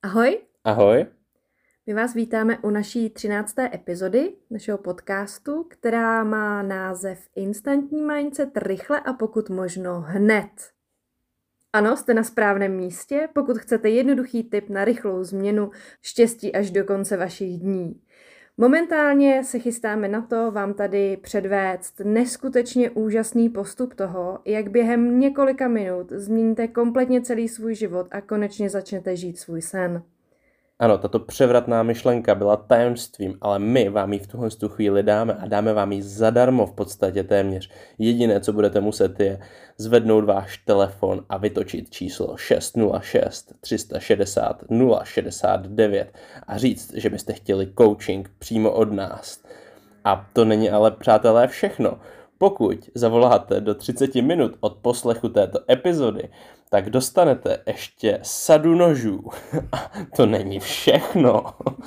Ahoj, Ahoj. my vás vítáme u naší 13. epizody našeho podcastu, která má název Instantní mindset rychle a pokud možno hned. Ano, jste na správném místě, pokud chcete jednoduchý tip na rychlou změnu štěstí až do konce vašich dní. Momentálně se chystáme na to vám tady předvést neskutečně úžasný postup toho, jak během několika minut změníte kompletně celý svůj život a konečně začnete žít svůj sen. Ano, tato převratná myšlenka byla tajemstvím, ale my vám ji v tuhle chvíli dáme a dáme vám ji zadarmo v podstatě téměř. Jediné, co budete muset, je zvednout váš telefon a vytočit číslo 606 360 069 a říct, že byste chtěli coaching přímo od nás. A to není ale, přátelé, všechno. Pokud zavoláte do 30 minut od poslechu této epizody, tak dostanete ještě sadu nožů. A to není všechno.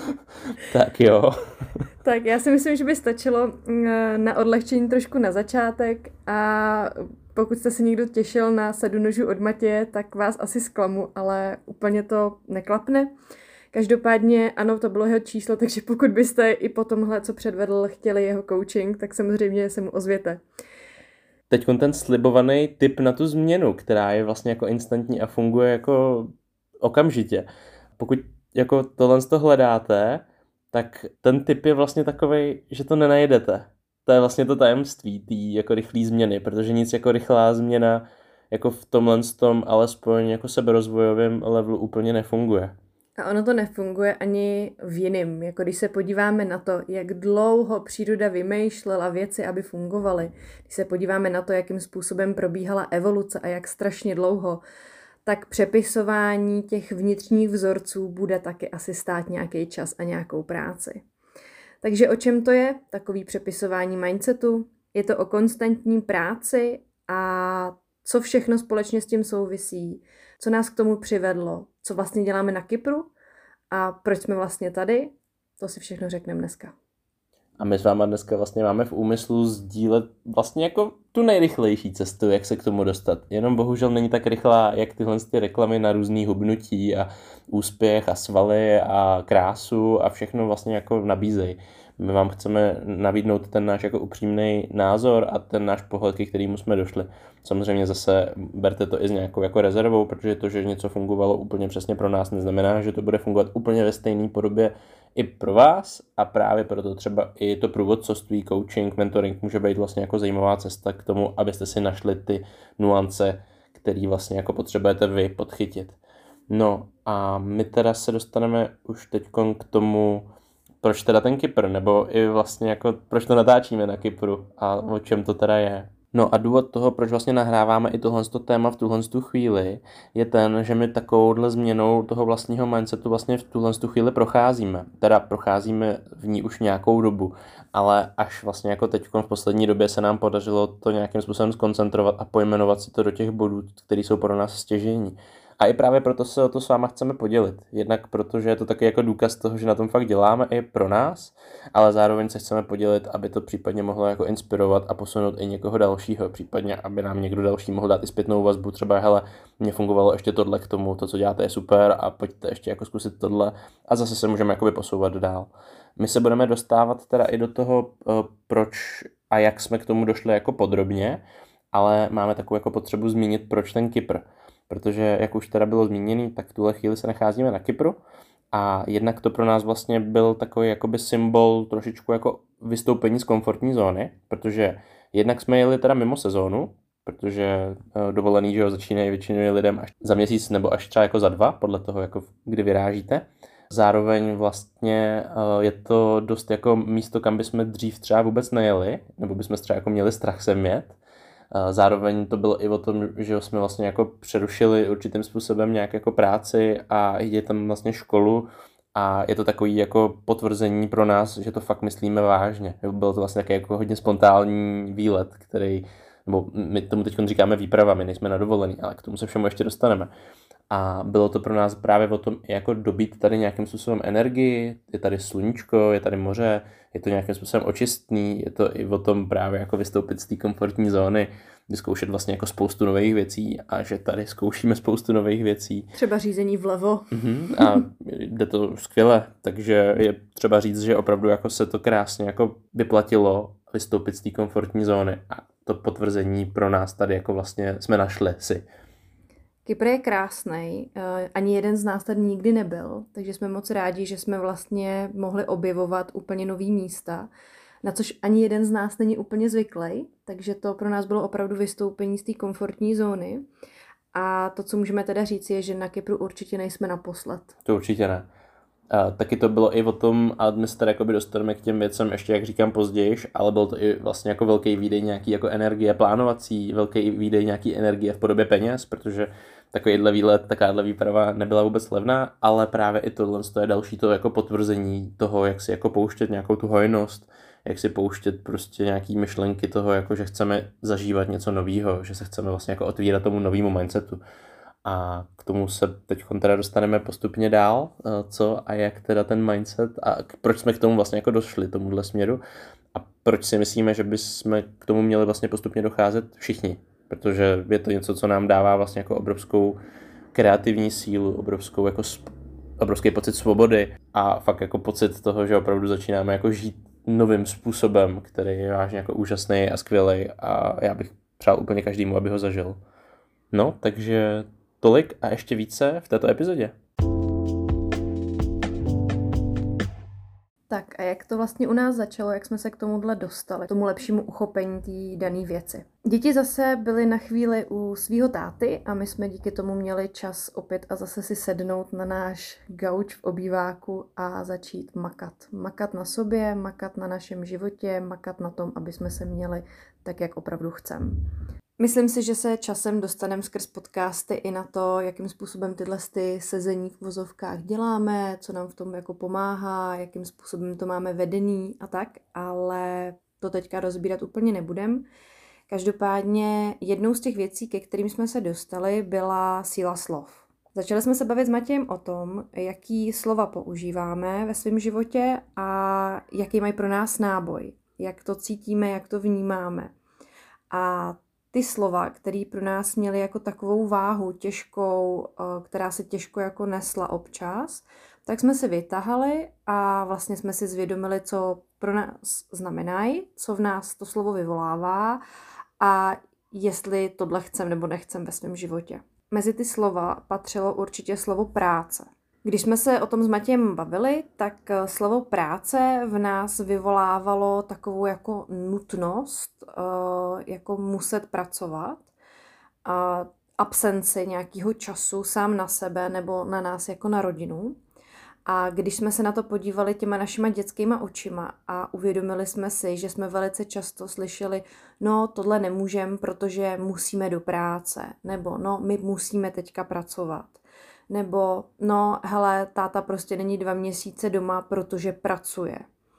Tak jo. Tak já si myslím, že by stačilo na odlehčení trošku na začátek a pokud jste se někdo těšil na sadu nožů od Matěje, tak vás asi zklamu, ale úplně to neklapne. Každopádně ano, to bylo jeho číslo, takže pokud byste i po tomhle, co předvedl, chtěli jeho coaching, tak samozřejmě se mu ozvěte. Teď ten slibovaný tip na tu změnu, která je vlastně jako instantní a funguje jako okamžitě. Pokud jako tohle hledáte, tak ten tip je vlastně takovej, že to nenajdete. To je vlastně to tajemství té jako rychlé změny, protože nic jako rychlá změna jako v tomhle tom alespoň jako seberozvojovém levelu úplně nefunguje. A ono to nefunguje ani v jiném. Jako když se podíváme na to, jak dlouho příroda vymýšlela věci, aby fungovaly, když se podíváme na to, jakým způsobem probíhala evoluce a jak strašně dlouho, tak přepisování těch vnitřních vzorců bude taky asi stát nějaký čas a nějakou práci. Takže o čem to je, takový přepisování mindsetu? Je to o konstantní práci a co všechno společně s tím souvisí, co nás k tomu přivedlo, co vlastně děláme na Kypru a proč jsme vlastně tady, to si všechno řekneme dneska. A my s váma dneska vlastně máme v úmyslu sdílet vlastně jako tu nejrychlejší cestu, jak se k tomu dostat. Jenom bohužel není tak rychlá, jak tyhle ty reklamy na různý hubnutí a úspěch a svaly a krásu a všechno vlastně jako nabízejí. My vám chceme nabídnout ten náš jako upřímný názor a ten náš pohled, ke kterému jsme došli. Samozřejmě zase berte to i s nějakou jako rezervou, protože to, že něco fungovalo úplně přesně pro nás, neznamená, že to bude fungovat úplně ve stejné podobě i pro vás a právě proto třeba i to průvodcovství, coaching, mentoring může být vlastně jako zajímavá cesta k tomu, abyste si našli ty nuance, které vlastně jako potřebujete vy podchytit. No a my teda se dostaneme už teď k tomu, proč teda ten Kypr, nebo i vlastně jako proč to natáčíme na Kypru a o čem to teda je. No a důvod toho, proč vlastně nahráváme i tohle téma v tuhle chvíli, je ten, že my takovouhle změnou toho vlastního mindsetu vlastně v tuhle chvíli procházíme. Teda procházíme v ní už nějakou dobu, ale až vlastně jako teď v poslední době se nám podařilo to nějakým způsobem zkoncentrovat a pojmenovat si to do těch bodů, které jsou pro nás stěžejní. A i právě proto se o to s váma chceme podělit. Jednak protože je to taky jako důkaz toho, že na tom fakt děláme i pro nás, ale zároveň se chceme podělit, aby to případně mohlo jako inspirovat a posunout i někoho dalšího, případně aby nám někdo další mohl dát i zpětnou vazbu, třeba hele, mně fungovalo ještě tohle k tomu, to, co děláte, je super a pojďte ještě jako zkusit tohle a zase se můžeme jakoby posouvat dál. My se budeme dostávat teda i do toho, proč a jak jsme k tomu došli jako podrobně, ale máme takovou jako potřebu zmínit, proč ten Kypr. Protože, jak už teda bylo zmíněný, tak v tuhle chvíli se nacházíme na Kypru a jednak to pro nás vlastně byl takový jakoby symbol trošičku jako vystoupení z komfortní zóny, protože jednak jsme jeli teda mimo sezónu, protože dovolený, že ho začínají většinou lidem až za měsíc nebo až třeba jako za 2, podle toho, jako kdy vyrážíte. Zároveň vlastně je to dost jako místo, kam bychom dřív třeba vůbec nejeli, nebo bychom třeba jako měli strach sem jet. Zároveň to bylo i o tom, že jsme vlastně jako přerušili určitým způsobem nějak jako práci a jde tam vlastně školu a je to takový jako potvrzení pro nás, že to fakt myslíme vážně. Bylo to vlastně taky jako hodně spontánní výlet, který, nebo my tomu teď říkáme výprava, my nejsme na dovolený, ale k tomu se všemu ještě dostaneme. A bylo to pro nás právě o tom jako dobít tady nějakým způsobem energii, je tady sluníčko, je tady moře, je to nějakým způsobem očistný, je to i o tom právě jako vystoupit z té komfortní zóny, vyzkoušet vlastně jako spoustu nových věcí a že tady zkoušíme spoustu nových věcí. Třeba řízení vlevo. A jde to skvěle, takže je třeba říct, že opravdu jako se to krásně jako vyplatilo vystoupit z té komfortní zóny a to potvrzení pro nás tady jako vlastně jsme našli si. Kypr je krásnej, ani jeden z nás tady nikdy nebyl, takže jsme moc rádi, že jsme vlastně mohli objevovat úplně nový místa, na což ani jeden z nás není úplně zvyklý, takže to pro nás bylo opravdu vystoupení z té komfortní zóny. A to, co můžeme teda říct, je, že na Kypru určitě nejsme naposled. To určitě ne. A taky to bylo i o tom, a my se tady jakoby dostaneme k těm věcem ještě, jak říkám, později, ale byl to i vlastně jako velký výdej nějaký jako energie plánovací, velký výdej nějaký energie v podobě peněz, protože takovýhle výlet, takováhle výprava nebyla vůbec levná, ale právě i tohle je další to jako potvrzení toho, jak si jako pouštět nějakou tu hojnost, jak si pouštět prostě nějaký myšlenky toho, jako že chceme zažívat něco nového, že se chceme vlastně jako otvírat tomu novému mindsetu. A k tomu se teď teda dostaneme postupně dál, co a jak teda ten mindset a proč jsme k tomu vlastně jako došli, tomuhle směru a proč si myslíme, že bychom k tomu měli vlastně postupně docházet všichni, protože je to něco, co nám dává vlastně jako obrovskou kreativní sílu, obrovský pocit svobody a fakt jako pocit toho, že opravdu začínáme jako žít novým způsobem, který je vážně jako úžasný a skvělý a já bych přál úplně každému, aby ho zažil. No, takže tolik a ještě více v této epizodě. Tak a jak to vlastně u nás začalo, jak jsme se k tomuhle dostali, k tomu lepšímu uchopení té dané věci. Děti zase byly na chvíli u svého táty a my jsme díky tomu měli čas opět a zase si sednout na náš gauč v obýváku a začít makat. Makat na sobě, makat na našem životě, makat na tom, aby jsme se měli tak, jak opravdu chceme. Myslím si, že se časem dostaneme skrz podcasty i na to, jakým způsobem tyhle sezení v vozovkách děláme, co nám v tom jako pomáhá, jakým způsobem to máme vedený a tak, ale to teďka rozbírat úplně nebudem. Každopádně jednou z těch věcí, ke kterým jsme se dostali, byla síla slov. Začali jsme se bavit s Matějem o tom, jaký slova používáme ve svém životě a jaký mají pro nás náboj, jak to cítíme, jak to vnímáme. A ty slova, které pro nás měly jako takovou váhu těžkou, která se těžko jako nesla občas, tak jsme si vytahali a vlastně jsme si zvědomili, co pro nás znamenají, co v nás to slovo vyvolává a jestli tohle chcem nebo nechcem ve svém životě. Mezi ty slova patřilo určitě slovo práce. Když jsme se o tom s Matějem bavili, tak slovo práce v nás vyvolávalo takovou jako nutnost, jako muset pracovat, absenci nějakého času sám na sebe nebo na nás jako na rodinu. A když jsme se na to podívali těma našima dětskýma očima a uvědomili jsme si, že jsme velice často slyšeli, no tohle nemůžem, protože musíme do práce, nebo no my musíme teďka pracovat. Nebo, no hele, táta prostě není 2 měsíce doma, protože pracuje.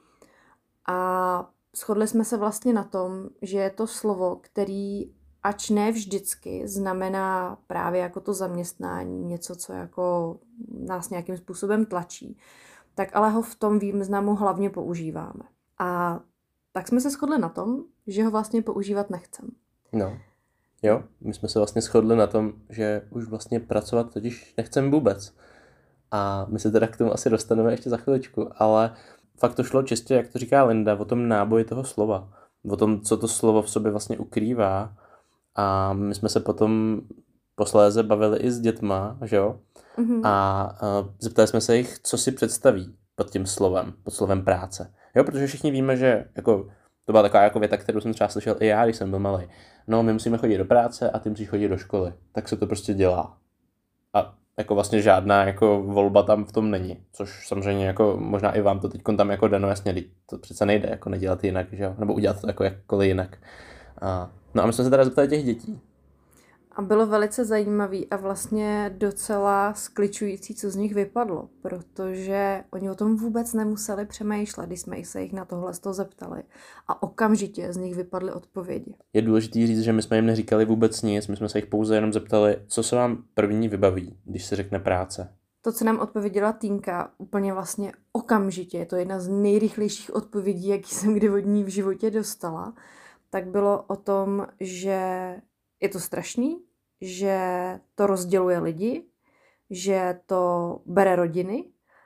A shodli jsme se vlastně na tom, že je to slovo, který, ač ne vždycky, znamená právě jako to zaměstnání, něco, co jako nás nějakým způsobem tlačí, tak ale ho v tom významu hlavně používáme. A tak jsme se shodli na tom, že ho vlastně používat nechcem. No. Jo, my jsme se vlastně shodli na tom, že už vlastně pracovat totiž nechceme vůbec. A my se teda k tomu asi dostaneme ještě za chviličku, ale fakt to šlo čistě, jak to říká Linda, o tom náboji toho slova. O tom, co to slovo v sobě vlastně ukrývá. A my jsme se potom posléze bavili i s dětma, že jo? Mm-hmm. A zeptali jsme se jich, co si představí pod tím slovem, pod slovem práce. Jo, protože všichni víme, že jako to byla taková jako věta, kterou jsem třeba slyšel i já, když jsem byl malý. No, my musíme chodit do práce a ty musíš chodit do školy. Tak se to prostě dělá. A jako vlastně žádná jako volba tam v tom není. Což samozřejmě jako možná i vám to teď tam jako dano jasně, to přece nejde jako nedělat jinak, že jo? Nebo udělat to jako jakkoliv jinak. No a my jsme se teda zeptali těch dětí. A bylo velice zajímavý a vlastně docela skličující, co z nich vypadlo, protože oni o tom vůbec nemuseli přemýšlet, když jsme se jich na tohle zeptali. A okamžitě z nich vypadly odpovědi. Je důležité říct, že my jsme jim neříkali vůbec nic, my jsme se jich pouze jenom zeptali, co se vám první vybaví, když se řekne práce. To, co nám odpověděla Týnka, úplně vlastně okamžitě, je to jedna z nejrychlejších odpovědí, jaký jsem kdy od ní v životě dostala, tak bylo o tom, že je to strašný, že to rozděluje lidi, že to bere rodiny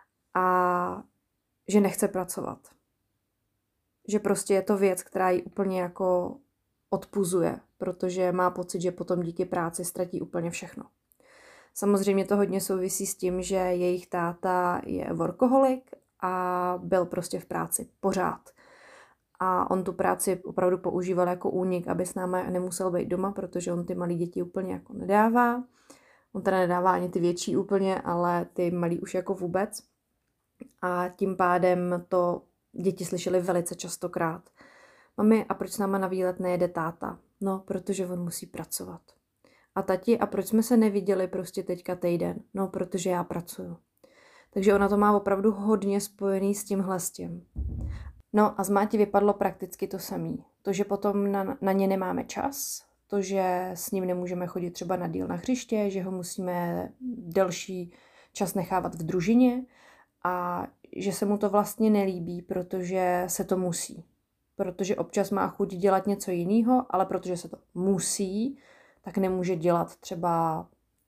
a že nechce pracovat. Že prostě je to věc, která ji úplně jako odpuzuje, protože má pocit, že potom díky práci ztratí úplně všechno. Samozřejmě to hodně souvisí s tím, že jejich táta je workoholik a byl prostě v práci pořád. A on tu práci opravdu používal jako únik, aby s námi nemusel být doma, protože on ty malé děti úplně jako nedává. On teda nedává ani ty větší úplně, ale ty malí už jako vůbec. A tím pádem to děti slyšely velice častokrát. Mami, a proč s náma na výlet nejede táta? No, protože on musí pracovat. A tati, a proč jsme se neviděli prostě teďka týden? No, protože já pracuju. Takže ona to má opravdu hodně spojený s tímhle s tím. No a z Máti vypadlo prakticky to samé. To, že potom na ně nemáme čas, to, že s ním nemůžeme chodit třeba na díl na hřiště, že ho musíme delší čas nechávat v družině a že se mu to vlastně nelíbí, protože se to musí. Protože občas má chuť dělat něco jiného, ale protože se to musí, tak nemůže dělat třeba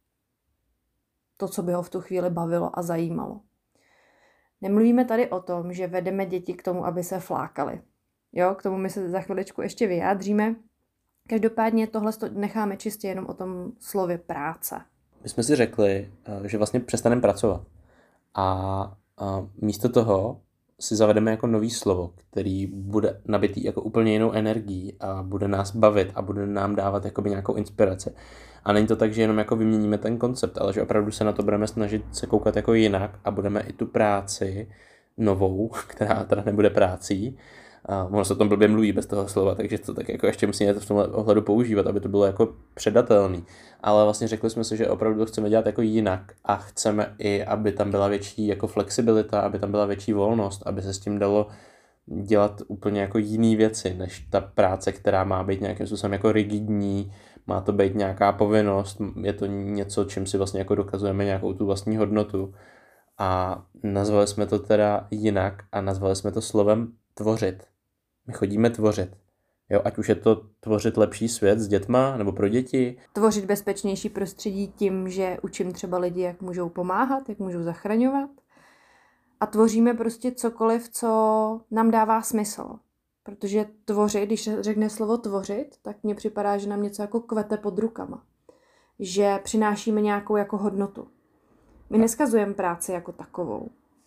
to, co by ho v tu chvíli bavilo a zajímalo. Nemluvíme tady o tom, že vedeme děti k tomu, aby se flákali. Jo, k tomu my se za chviličku ještě vyjádříme. Každopádně tohle necháme čistě jenom o tom slově práce. My jsme si řekli, že vlastně přestaneme pracovat. A místo toho si zavedeme jako nový slovo, který bude nabitý jako úplně jinou energií a bude nás bavit a bude nám dávat jakoby nějakou inspiraci. A není to tak, že jenom jako vyměníme ten koncept, ale že opravdu se na to budeme snažit se koukat jako jinak a budeme i tu práci novou, která teda nebude prácí, a ono se o tom blbě mluví bez toho slova, takže to tak jako ještě musíme to v tomhle ohledu používat, aby to bylo jako předatelný. Ale vlastně řekli jsme si, že opravdu to chceme dělat jako jinak a chceme i, aby tam byla větší jako flexibilita, aby tam byla větší volnost, aby se s tím dalo dělat úplně jako jiný věci, než ta práce, která má být nějakým způsobem jako rigidní, má to být nějaká povinnost, je to něco, čím si vlastně jako dokazujeme nějakou tu vlastní hodnotu. A nazvali jsme to teda jinak a nazvali jsme to slovem tvořit. My chodíme tvořit. Jo, ať už je to tvořit lepší svět s dětma nebo pro děti. Tvořit bezpečnější prostředí tím, že učím třeba lidi, jak můžou pomáhat, jak můžou zachraňovat. A tvoříme prostě cokoliv, co nám dává smysl. Protože tvořit, když se řekne slovo tvořit, tak mně připadá, že nám něco jako kvete pod rukama. Že přinášíme nějakou jako hodnotu. My neskazujeme práci jako takovou.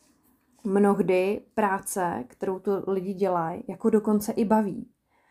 Mnohdy práce, kterou tu lidi dělají, jako dokonce i baví.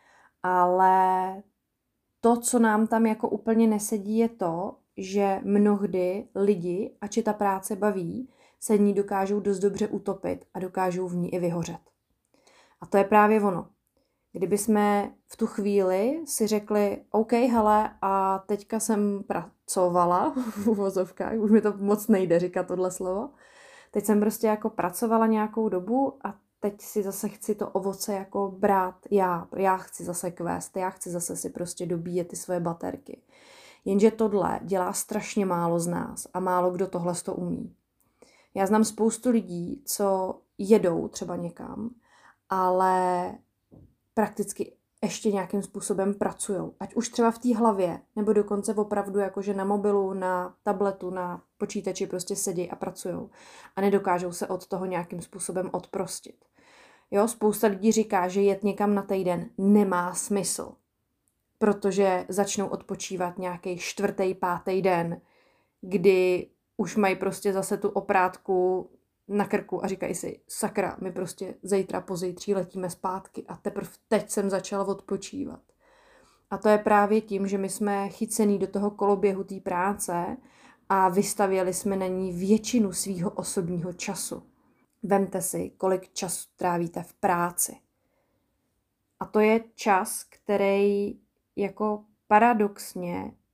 Ale to, co nám tam jako úplně nesedí, je to, že mnohdy lidi, ač je ta práce baví, se v ní dokážou dost dobře utopit a dokážou v ní i vyhořet. A to je právě ono. Kdyby jsme v tu chvíli si řekli, OK, hele, a teďka jsem pracovala v uvozovkách, už mi to moc nejde říkat tohle slovo, teď jsem prostě jako pracovala nějakou dobu a teď si zase chci to ovoce jako brát já chci zase kvést, já chci zase si prostě dobíjet ty svoje baterky. Jenže tohle dělá strašně málo z nás a málo kdo tohle to umí. Já znám spoustu lidí, co jedou třeba někam, ale prakticky ještě nějakým způsobem pracujou. Ať už třeba v té hlavě, nebo dokonce opravdu jakože na mobilu, na tabletu, na počítači prostě sedí a pracujou. A nedokážou se od toho nějakým způsobem odprostit. Jo, spousta lidí říká, že jet někam na týden nemá smysl, protože začnou odpočívat nějaký 4., 5. den, kdy už mají prostě zase tu oprátku na krku a říkají si, sakra, my prostě zítra pozítří letíme zpátky a teprve teď jsem začala odpočívat. A to je právě tím, že my jsme chycený do toho koloběhu té práce a vystavěli jsme na ní většinu svýho osobního času. Vemte si, kolik času trávíte v práci. A to je čas, který jako paradoxně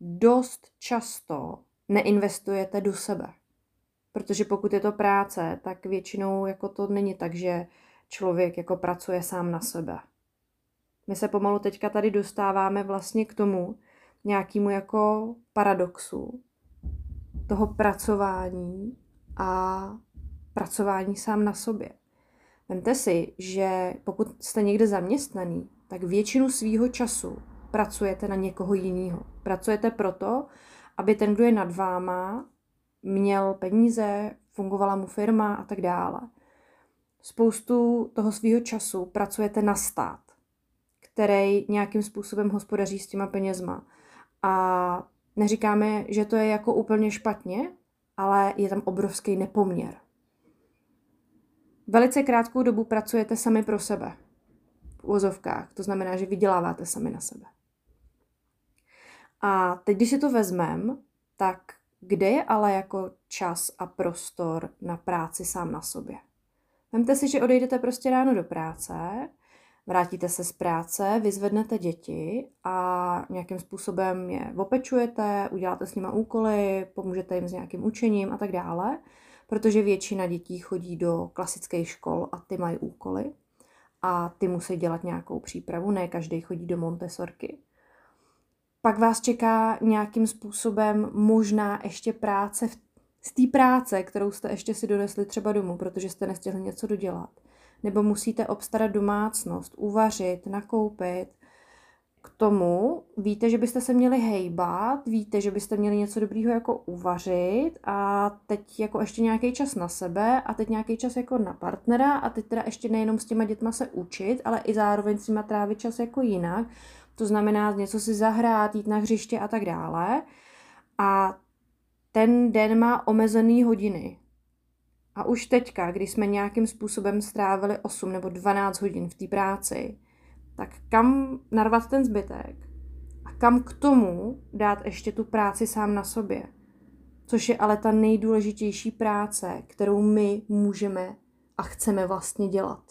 dost často neinvestujete do sebe. Protože pokud je to práce, tak většinou jako to není tak, že člověk jako pracuje sám na sebe. My se pomalu teďka tady dostáváme vlastně k tomu nějakému jako paradoxu toho pracování a pracování sám na sobě. Vemte si, že pokud jste někde zaměstnaný, tak většinu svýho času pracujete na někoho jiného. Pracujete proto, aby ten, kdo je nad váma, měl peníze, fungovala mu firma a tak dále. Spoustu toho svýho času pracujete na stát, který nějakým způsobem hospodaří s těma penězma. A neříkáme, že to je jako úplně špatně, ale je tam obrovský nepoměr. Velice krátkou dobu pracujete sami pro sebe. V uvozovkách. To znamená, že vyděláváte sami na sebe. A teď, když si to vezmeme, tak kde je ale jako čas a prostor na práci sám na sobě? Vemte si, že odejdete prostě ráno do práce, vrátíte se z práce, vyzvednete děti a nějakým způsobem je opečujete, uděláte s nima úkoly, pomůžete jim s nějakým učením a tak dále, protože většina dětí chodí do klasických škol a ty mají úkoly a ty musí dělat nějakou přípravu, ne každý chodí do Montessorky. Pak vás čeká nějakým způsobem možná ještě práce z té práce, kterou jste ještě si donesli třeba domů, protože jste nestihli něco dodělat. Nebo musíte obstarat domácnost, uvařit, nakoupit. K tomu víte, že byste se měli hejbat, víte, že byste měli něco dobrýho jako uvařit a teď jako ještě nějaký čas na sebe a teď nějaký čas jako na partnera a teď teda ještě nejenom s těma dětma se učit, ale i zároveň s nima trávit čas jako jinak. To znamená něco si zahrát, jít na hřiště a tak dále. A ten den má omezený hodiny. A už teďka, když jsme nějakým způsobem strávili 8 nebo 12 hodin v té práci, tak kam narvat ten zbytek? A kam k tomu dát ještě tu práci sám na sobě? Což je ale ta nejdůležitější práce, kterou my můžeme a chceme vlastně dělat.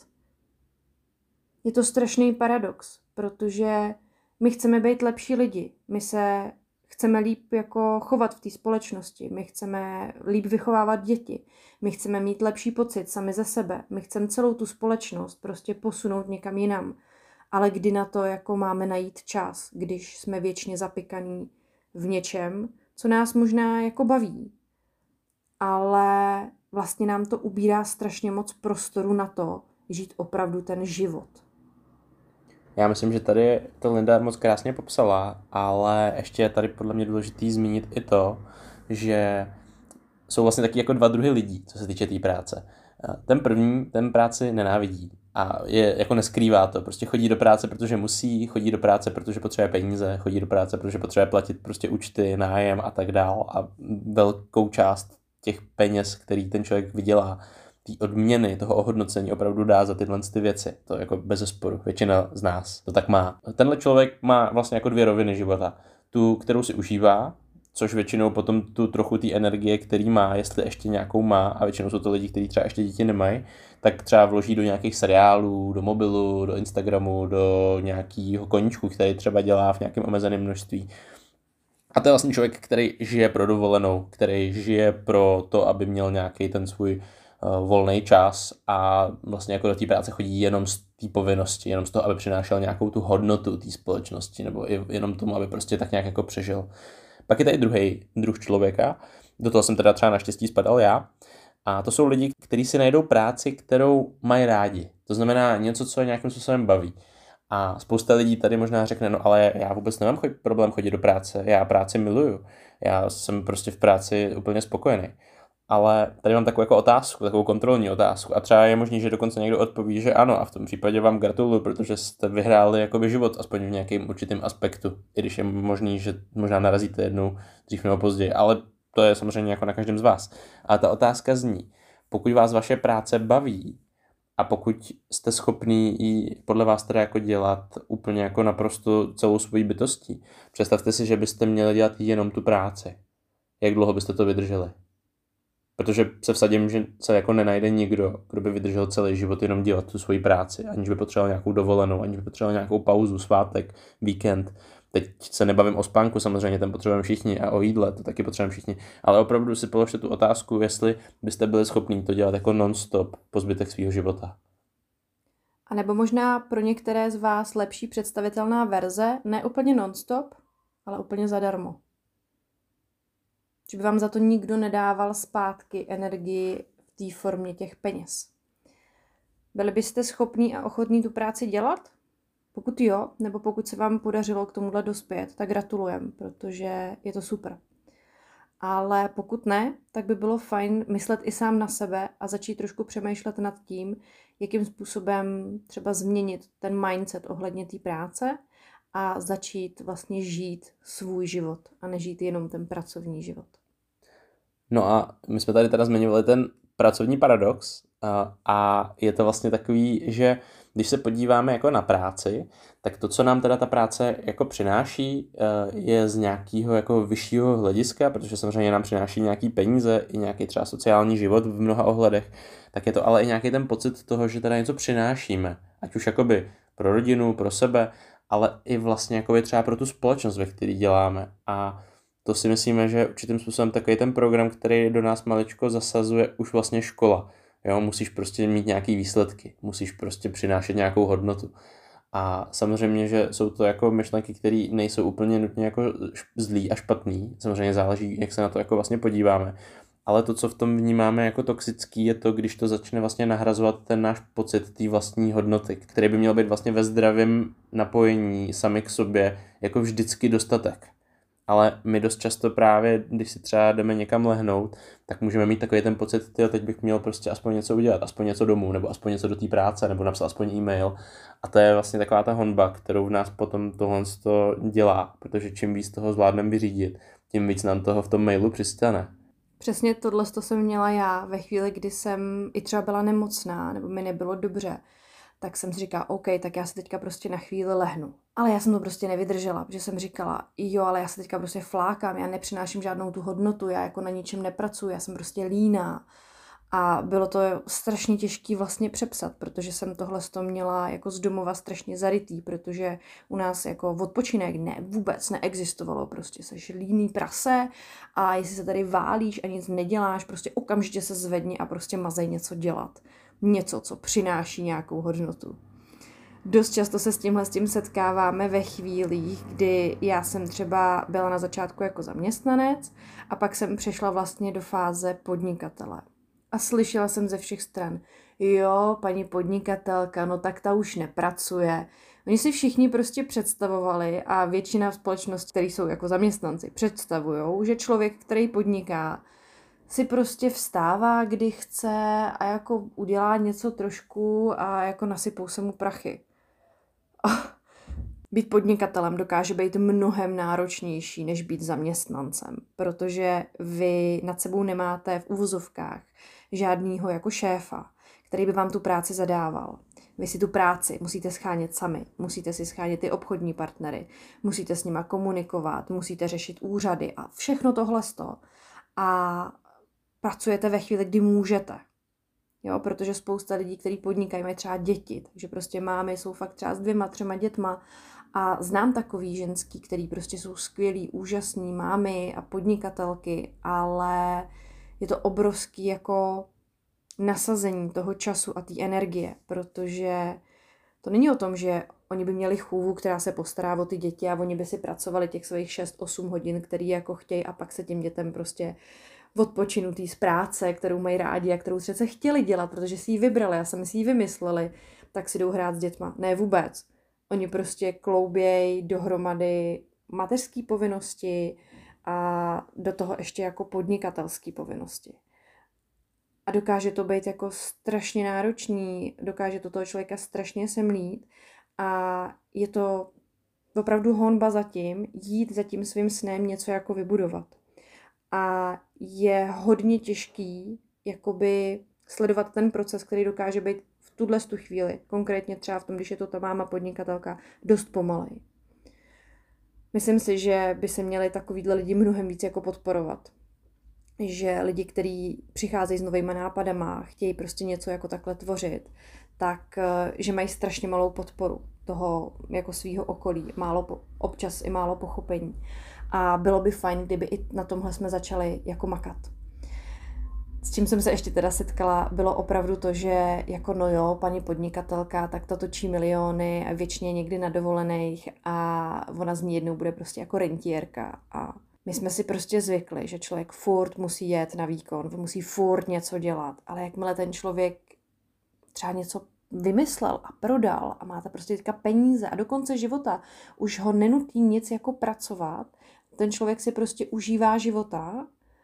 Je to strašný paradox, protože my chceme být lepší lidi, my se chceme líp jako chovat v té společnosti, my chceme líp vychovávat děti, my chceme mít lepší pocit sami ze sebe, my chceme celou tu společnost prostě posunout někam jinam. Ale kdy na to jako máme najít čas, když jsme věčně zapykaný v něčem, co nás možná jako baví. Ale vlastně nám to ubírá strašně moc prostoru na to, žít opravdu ten život. Já myslím, že tady to Linda moc krásně popsala, ale ještě je tady podle mě důležitý zmínit i to, že jsou vlastně taky jako dva druhy lidí, co se týče té práce. Ten první, ten práci nenávidí a je jako neskrývá to, prostě chodí do práce, protože musí, chodí do práce, protože potřebuje peníze, chodí do práce, protože potřebuje platit prostě účty, nájem a tak dál a velkou část těch peněz, který ten člověk vydělá, té odměny, toho ohodnocení opravdu dá za tyhle ty věci. To jako bezesporu. Většina z nás to tak má. Tenhle člověk má vlastně jako dvě roviny života. Tu, kterou si užívá, což většinou potom tu trochu té energie, který má, jestli ještě nějakou má, a většinou jsou to lidi, kteří třeba ještě děti nemají, tak třeba vloží do nějakých seriálů, do mobilu, do Instagramu, do nějakého koníčku, který třeba dělá v nějakém omezeném množství. A to je vlastně člověk, který žije pro dovolenou, který žije pro to, aby měl nějaký ten svůj volný čas a vlastně jako do té práce chodí jenom z té povinnosti, jenom z toho, aby přinášel nějakou tu hodnotu té společnosti nebo jenom tomu, aby prostě tak nějak jako přežil. Pak je tady druhý druh člověka, do toho jsem teda třeba naštěstí spadal já, a to jsou lidi, kteří si najdou práci, kterou mají rádi. To znamená něco, co je nějakým způsobem baví. A spousta lidí tady možná řekne, no ale já vůbec nemám problém chodit do práce, já práci miluju, já jsem prostě v práci úplně spokojený. Ale tady mám takovou jako otázku, takovou kontrolní otázku a třeba je možný, že dokonce někdo odpoví, že ano a v tom případě vám gratuluju, protože jste vyhráli jakoby život, aspoň v nějakém určitém aspektu, i když je možný, že možná narazíte jednou dřív nebo později, ale to je samozřejmě jako na každém z vás. A ta otázka zní, pokud vás vaše práce baví a pokud jste schopný ji podle vás teda jako dělat úplně jako naprosto celou svojí bytostí, představte si, že byste měli dělat jenom tu práci. Jak dlouho byste to vydrželi? Protože se vsadím, že se jako nenajde nikdo, kdo by vydržel celý život jenom dělat tu svoji práci, aniž by potřeboval nějakou dovolenou, aniž by potřeboval nějakou pauzu, svátek, víkend. Teď se nebavím o spánku, samozřejmě ten potřebujeme všichni a o jídle, to taky potřebujeme všichni, ale opravdu si položte tu otázku, jestli byste byli schopní to dělat jako non-stop po zbytek svého života. A nebo možná pro některé z vás lepší představitelná verze, ne úplně non-stop, ale úplně zadarmo. Že by vám za to nikdo nedával zpátky energii v té formě těch peněz. Byli byste schopní a ochotní tu práci dělat? Pokud jo, nebo pokud se vám podařilo k tomuhle dospět, tak gratulujem, protože je to super. Ale pokud ne, tak by bylo fajn myslet i sám na sebe a začít trošku přemýšlet nad tím, jakým způsobem třeba změnit ten mindset ohledně té práce a začít vlastně žít svůj život a nežít jenom ten pracovní život. No a my jsme tady teda zmiňovali ten pracovní paradox a je to vlastně takový, že když se podíváme jako na práci, tak to, co nám teda ta práce jako přináší, je z nějakého jako vyššího hlediska, protože samozřejmě nám přináší nějaký peníze i nějaký třeba sociální život v mnoha ohledech, tak je to ale i nějaký ten pocit toho, že teda něco přinášíme, ať už jakoby pro rodinu, pro sebe, ale i vlastně jakoby třeba pro tu společnost, ve které děláme. A to si myslíme, že určitým způsobem takový ten program, který do nás maličko zasazuje už vlastně škola. Jo, musíš prostě mít nějaký výsledky, musíš prostě přinášet nějakou hodnotu. A samozřejmě, že jsou to jako myšlenky, které nejsou úplně nutně jako zlý a špatný. Samozřejmě záleží, jak se na to jako vlastně podíváme. Ale to, co v tom vnímáme jako toxický, je to, když to začne vlastně nahrazovat ten náš pocit té vlastní hodnoty, který by měl být vlastně ve zdravém napojení sami k sobě jako vždycky dostatek. Ale my dost často právě, když si třeba jdeme někam lehnout, tak můžeme mít takový ten pocit, teď bych měl prostě aspoň něco udělat, aspoň něco domů, nebo aspoň něco do té práce, nebo napsat aspoň e-mail. A to je vlastně taková ta honba, kterou v nás potom tohle dělá, protože čím víc toho zvládneme vyřídit, tím víc nám toho v tom mailu přistane. Přesně tohle jsem měla já ve chvíli, kdy jsem i třeba byla nemocná, nebo mi nebylo dobře. Tak jsem si říkala, OK, tak já se teďka prostě na chvíli lehnu. Ale já jsem to prostě nevydržela, protože jsem říkala, jo, ale já se teďka prostě flákám, já nepřináším žádnou tu hodnotu, já jako na ničem nepracuji, já jsem prostě líná. A bylo to strašně těžké vlastně přepsat, protože jsem tohle měla jako z domova strašně zarytý, protože u nás jako odpočinek vůbec neexistovalo, prostě seš líný prase a jestli se tady válíš a nic neděláš, prostě okamžitě se zvedni a prostě mazej něco dělat. Něco, co přináší nějakou hodnotu. Dost často se s tím setkáváme ve chvílích, kdy já jsem třeba byla na začátku jako zaměstnanec a pak jsem přešla vlastně do fáze podnikatele. A slyšela jsem ze všech stran, jo, paní podnikatelka, no tak ta už nepracuje. Oni si všichni prostě představovali a většina společností, které jsou jako zaměstnanci, představujou, že člověk, který podniká, si prostě vstává, kdy chce a jako udělá něco trošku a jako nasypou se mu prachy. Být podnikatelem dokáže být mnohem náročnější, než být zaměstnancem, protože vy nad sebou nemáte v uvozovkách žádnýho jako šéfa, který by vám tu práci zadával. Vy si tu práci musíte schánět sami, musíte si schánět ty obchodní partnery, musíte s nima komunikovat, musíte řešit úřady a všechno tohleto. A pracujete ve chvíli, kdy můžete. Jo, protože spousta lidí, kteří podnikají, mají třeba děti, takže prostě mámy jsou fakt třeba s 2, 3 dětma a znám takový ženský, který prostě jsou skvělí, úžasní mámy a podnikatelky, ale je to obrovský jako nasazení toho času a té energie, protože to není o tom, že oni by měli chůvu, která se postará o ty děti a oni by si pracovali těch svých 6-8 hodin, který jako chtějí a pak se těm dětem prostě odpočinutý z práce, kterou mají rádi a kterou přece chtěli dělat, protože si ji vybrali a sami si ji vymysleli, tak si jdou hrát s dětma. Ne vůbec. Oni prostě kloubějí dohromady mateřské povinnosti a do toho ještě jako podnikatelské povinnosti. A dokáže to být jako strašně náročný, dokáže to toho člověka strašně semlít a je to opravdu honba za tím, jít za tím svým snem něco jako vybudovat. A je hodně těžký jakoby sledovat ten proces, který dokáže být v tu chvíli, konkrétně třeba v tom, když je to ta máma podnikatelka, dost pomalej. Myslím si, že by se měli takovýhle lidi mnohem víc jako podporovat. že lidi, kteří přicházejí s novými nápadama, chtějí prostě něco jako takhle tvořit, tak že mají strašně malou podporu toho jako svýho okolí, občas i málo pochopení. A bylo by fajn, kdyby i na tomhle jsme začali jako makat. S čím jsem se ještě teda setkala, bylo opravdu to, že jako no jo, paní podnikatelka, tak to točí miliony a věčně někdy na dovolených a ona z ní jednou bude prostě jako rentiérka. A my jsme si prostě zvykli, že člověk furt musí jet na výkon, musí furt něco dělat, ale jakmile ten člověk třeba něco vymyslel a prodal a máte prostě teďka peníze a do konce života už ho nenutí nic jako pracovat, ten člověk si prostě užívá života.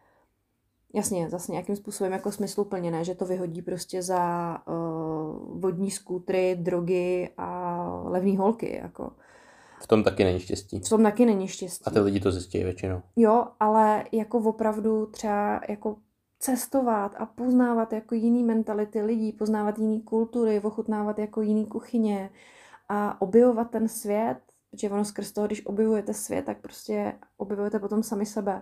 Jasně, zase nějakým způsobem jako smysluplně, ne, že to vyhodí prostě za vodní skútry, drogy a levný holky, jako. V tom taky není štěstí. V tom taky není štěstí. A ty lidi to zjistí většinou. Jo, ale jako opravdu třeba jako cestovat a poznávat jako jiný mentality lidí, poznávat jiný kultury, ochutnávat jako jiný kuchyně a objevovat ten svět, protože ono skrz toho, když objevujete svět, tak prostě objevujete potom sami sebe.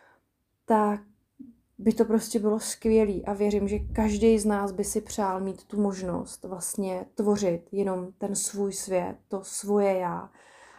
Tak by to prostě bylo skvělý a věřím, že každý z nás by si přál mít tu možnost vlastně tvořit jenom ten svůj svět, to svoje já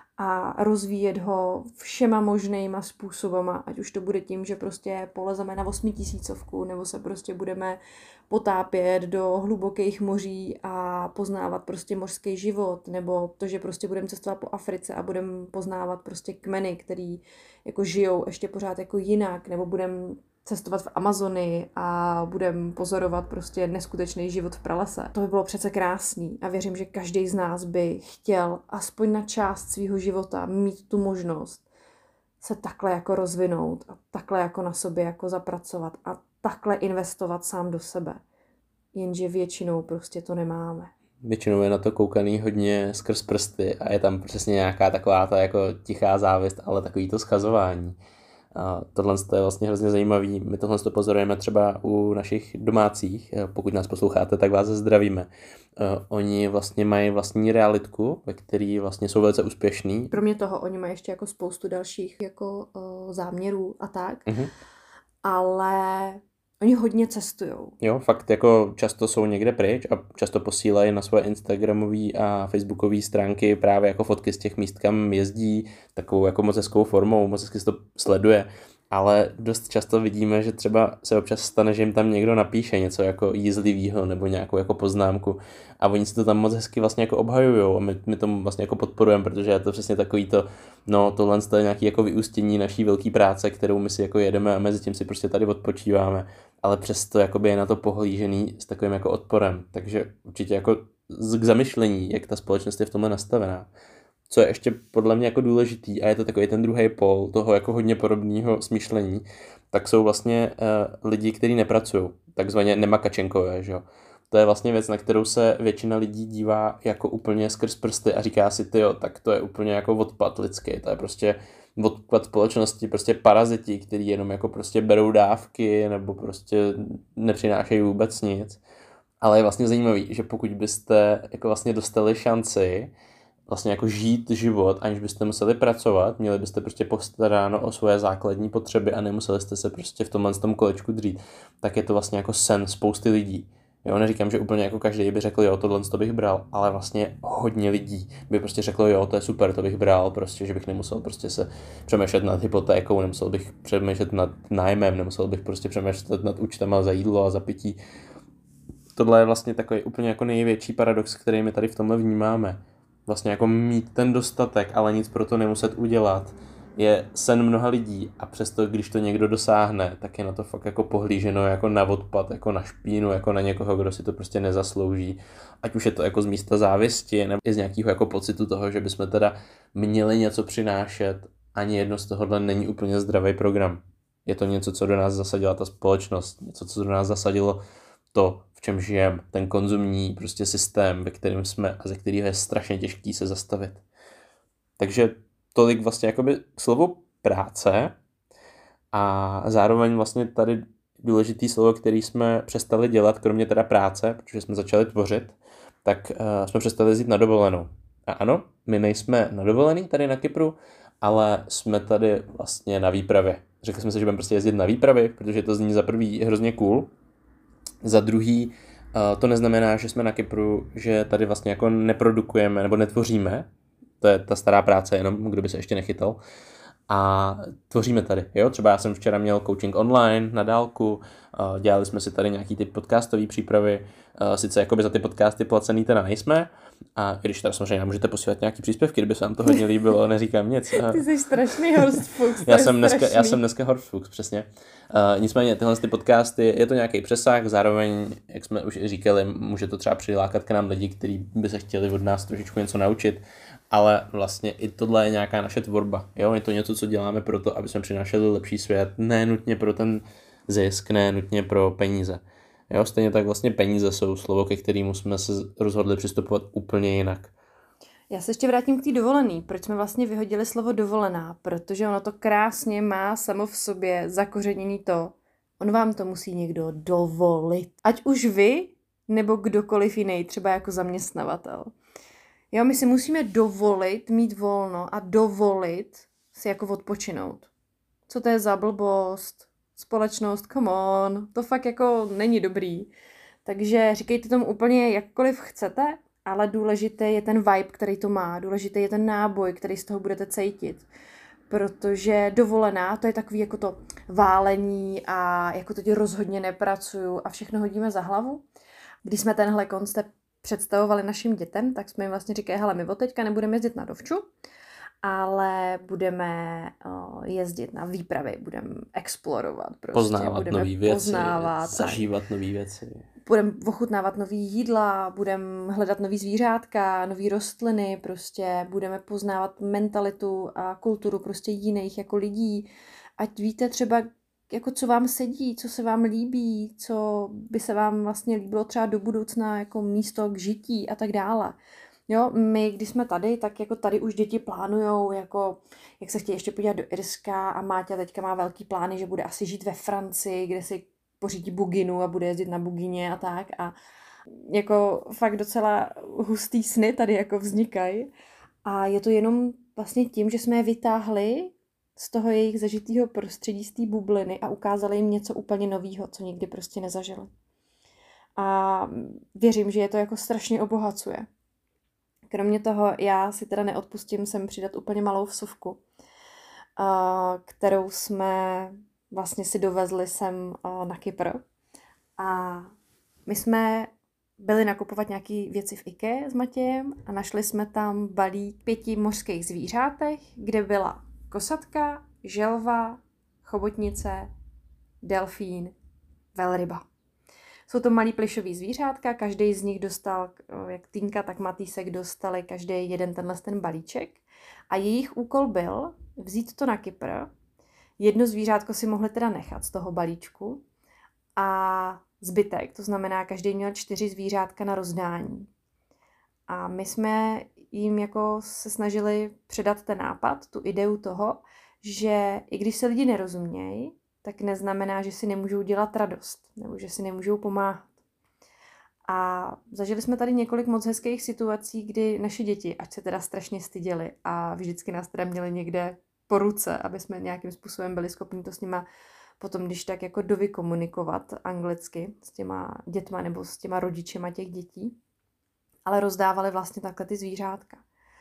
a rozvíjet ho všema možnýma způsobama, ať už to bude tím, že prostě polezeme na 8000, nebo se prostě budeme potápět do hlubokých moří a poznávat prostě mořský život, nebo to, že prostě budeme cestovat po Africe a budeme poznávat prostě kmeny, který jako žijou ještě pořád jako jinak, nebo budeme cestovat v Amazonii a budeme pozorovat prostě neskutečný život v pralese. To by bylo přece krásný a věřím, že každý z nás by chtěl aspoň na část svého života mít tu možnost se takhle jako rozvinout a takhle jako na sobě jako zapracovat a takhle investovat sám do sebe. Jenže většinou prostě to nemáme. Většinou je na to koukaný hodně skrz prsty a je tam přesně nějaká taková ta jako tichá závist, ale takový to schazování. A tohle je vlastně hrozně zajímavý. My tohle pozorujeme třeba u našich domácích. Pokud nás posloucháte, tak vás zdravíme. Oni vlastně mají vlastní realitku, ve který vlastně jsou velice úspěšní. Kromě toho, oni mají ještě jako spoustu dalších jako záměrů a tak. Ale oni hodně cestujou. Jo, fakt jako často jsou někde pryč a často posílají na svoje instagramové a facebookové stránky právě jako fotky z těch míst, kam jezdí, takovou jako moc hezkou formou, moc hezky se to sleduje. Ale dost často vidíme, že třeba se občas stane, že jim tam někdo napíše něco jako jízlivýho nebo nějakou jako poznámku a oni si to tam moc hezky vlastně jako obhajujou a my tomu vlastně jako podporujeme, protože je to přesně takový to, no tohle je nějaký jako vyústění naší velké práce, kterou my si jako jedeme a mezi tím si prostě tady odpočíváme, ale přesto jakoby je na to pohlížený s takovým jako odporem, takže určitě jako k zamyšlení, jak ta společnost je v tomhle nastavená. Co je ještě podle mě jako důležitý, a je to takový ten druhý pól toho jako hodně podobného smýšlení, tak jsou vlastně lidi, kteří nepracují, takzvaně nemakačenkové, že jo. To je vlastně věc, na kterou se většina lidí dívá jako úplně skrz prsty a říká si, tyjo, tak to je úplně jako odpad lidský, to je prostě odpad společnosti, prostě paraziti, kteří jenom jako prostě berou dávky nebo prostě nepřinášejí vůbec nic. Ale je vlastně zajímavý, že pokud byste jako vlastně dostali šanci vlastně jako žít život, aniž byste museli pracovat, měli byste prostě postaráno o svoje základní potřeby a nemuseli jste se prostě v tomhle kolečku dřít, tak je to vlastně jako sen spousty lidí. Jo, neříkám, že úplně jako každý by řekl, jo, tohle to bych bral, ale vlastně hodně lidí by prostě řeklo, jo, to je super, to bych bral, prostě, že bych nemusel prostě se přemýšlet nad hypotékou, nemusel bych přemýšlet nad nájmem, nemusel bych prostě přemýšlet nad účtama za jídlo a za pití. Tohle je vlastně takový úplně jako největší paradox, který my tady v tomhle vnímáme. Vlastně jako mít ten dostatek, ale nic pro to nemuset udělat, je sen mnoha lidí a přesto, když to někdo dosáhne, tak je na to fakt jako pohlíženo jako na odpad, jako na špínu, jako na někoho, kdo si to prostě nezaslouží. Ať už je to jako z místa závisti, nebo i z nějakého jako pocitu toho, že bychom teda měli něco přinášet, ani jedno z tohohle není úplně zdravý program. Je to něco, co do nás zasadila ta společnost, něco, co do nás zasadilo to, v čem žijeme, ten konzumní prostě systém, ve kterém jsme a ze kterého je strašně těžký se zastavit. Takže tolik vlastně jakoby k slovu práce a zároveň vlastně tady důležitý slovo, který jsme přestali dělat, kromě teda práce, protože jsme začali tvořit, tak jsme přestali jezdit na dovolenou. A ano, my nejsme na dovolený tady na Kypru, ale jsme tady vlastně na výpravě. Řekli jsme si, že budeme prostě jezdit na výpravy, protože to zní za prvý hrozně cool. Za druhý, to neznamená, že jsme na Kypru, že tady vlastně jako neprodukujeme nebo netvoříme. To je ta stará práce, jenom kdo by se ještě nechytal. A tvoříme tady, jo? Třeba já jsem včera měl coaching online na dálku, dělali jsme si tady nějaký ty podcastové přípravy, sice jakoby za ty podcasty placený teda nejsme, a když tady samozřejmě můžete posílat nějaký příspěvky, kdyby se vám to hodně líbilo, neříkám nic. Ty jsi strašný Horst Fuchs. Já jsem dneska Horst Fuchs, přesně. Nicméně tyhle ty podcasty, je to nějaký přesah, zároveň, jak jsme už říkali, může to třeba přilákat k nám lidi, kteří by se chtěli od nás trošičku něco naučit, ale vlastně i tohle je nějaká naše tvorba. Jo? Je to něco, co děláme pro to, aby jsme přinášeli lepší svět, ne nutně pro ten zisk, ne nutně pro peníze. Jo? Stejně tak vlastně peníze jsou slovo, ke kterému jsme se rozhodli přistupovat úplně jinak. Já se ještě vrátím k té dovolený. Proč jsme vlastně vyhodili slovo dovolená? Protože ono to krásně má samo v sobě zakořenění to, on vám to musí někdo dovolit. Ať už vy, nebo kdokoliv jiný, třeba jako zaměstnavatel. Jo, my si musíme dovolit mít volno a dovolit si jako odpočinout. Co to je za blbost? Společnost, come on, to fakt jako není dobrý. Takže říkejte tomu úplně jakkoliv chcete, ale důležitý je ten vibe, který to má. Důležitý je ten náboj, který z toho budete cítit. Protože dovolená, to je takový jako to válení a jako teď rozhodně nepracuju a všechno hodíme za hlavu. Když jsme tenhle koncept představovali našim dětem, tak jsme jim vlastně říkali, hele, my od teďka nebudeme jezdit na dovču, ale budeme jezdit na výpravy, budeme explorovat. Prostě. Poznávat nové věci, poznávat, zažívat nové věci. Budeme ochutnávat nový jídla, budeme hledat nový zvířátka, nový rostliny, prostě budeme poznávat mentalitu a kulturu prostě jiných jako lidí. Ať víte třeba, jako co vám sedí, co se vám líbí, co by se vám vlastně líbilo třeba do budoucna jako místo k žití a tak dále. Jo, my, když jsme tady, tak jako tady už děti plánujou, jako, jak se chtějí ještě podívat do Irska a Máťa teďka má velký plány, že bude asi žít ve Francii, kde si pořídí buginu a bude jezdit na bugině a tak. A jako fakt docela hustý sny tady jako vznikají. A je to jenom vlastně tím, že jsme je vytáhli z toho jejich zažitého prostředí, z té bubliny a ukázali jim něco úplně nového, co nikdy prostě nezažili. A věřím, že je to jako strašně obohacuje. Kromě toho já si teda neodpustím sem přidat úplně malou vsuvku, kterou jsme vlastně si dovezli sem na Kypr. A my jsme byli nakupovat nějaké věci v IKEA s Matějem a našli jsme tam balík 5 mořských zvířátek, kde byla kosatka, želva, chobotnice, delfín, velryba. Jsou to malý plišový zvířátka, každý z nich dostal, jak Týnka, tak Matýsek dostali každý jeden ten balíček. A jejich úkol byl vzít to na Kypr. Jedno zvířátko si mohli teda nechat z toho balíčku a zbytek, to znamená, každý měl 4 zvířátka na rozdání. A my jsme jim jako se snažili předat ten nápad, tu ideu toho, že i když se lidi nerozumějí, tak neznamená, že si nemůžou dělat radost, nebo že si nemůžou pomáhat. A zažili jsme tady několik moc hezkých situací, kdy naše děti, ať se teda strašně styděli a vždycky nás teda měli někde po ruce, aby jsme nějakým způsobem byli schopni to s nima potom, když tak jako dovykomunikovat anglicky s těma dětma nebo s těma rodičema těch dětí, ale rozdávali vlastně takhle ty zvířátka.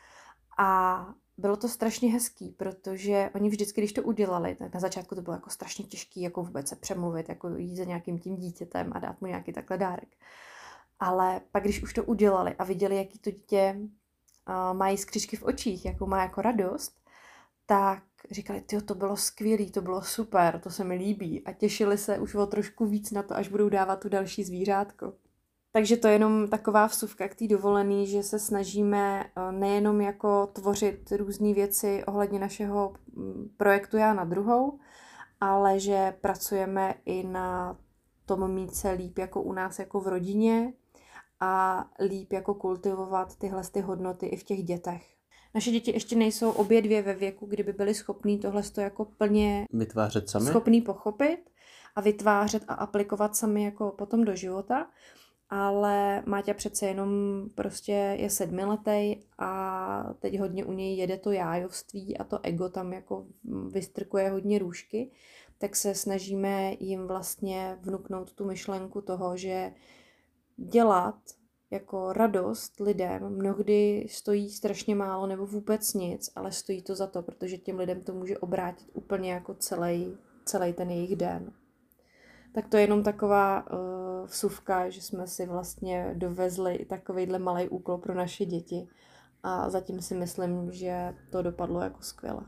A bylo to strašně hezký, protože oni vždycky, když to udělali, tak na začátku to bylo jako strašně těžký, jako vůbec se přemluvit, jako jít za nějakým tím dítětem a dát mu nějaký takhle dárek. Ale pak, když už to udělali a viděli, jaký to dítě má jiskřičky v očích, jakou má jako radost, tak říkali, tyjo, to bylo skvělý, to bylo super, to se mi líbí a těšili se už o trošku víc na to, až budou dávat tu další zvířátko. Takže to je jenom taková vsuvka k té dovolený, že se snažíme nejenom jako tvořit různé věci ohledně našeho projektu Já na druhou, ale že pracujeme i na tom mít se líp jako u nás jako v rodině a líp jako kultivovat tyhle ty hodnoty i v těch dětech. Naše děti ještě nejsou obě dvě ve věku, kdyby byly schopní tohle jako plně vytvářet sami, schopný pochopit a vytvářet a aplikovat sami jako potom do života. ale Máťa přece jenom prostě je 7letý a teď hodně u něj jede to jájovství a to ego tam jako vystrkuje hodně růžky, tak se snažíme jim vlastně vnuknout tu myšlenku toho, že dělat jako radost lidem mnohdy stojí strašně málo nebo vůbec nic, ale stojí to za to, protože těm lidem to může obrátit úplně jako celý ten jejich den. Tak to je jenom taková vsuvka, že jsme si vlastně dovezli i takovejhle malej úkol pro naše děti a zatím si myslím, že to dopadlo jako skvěle.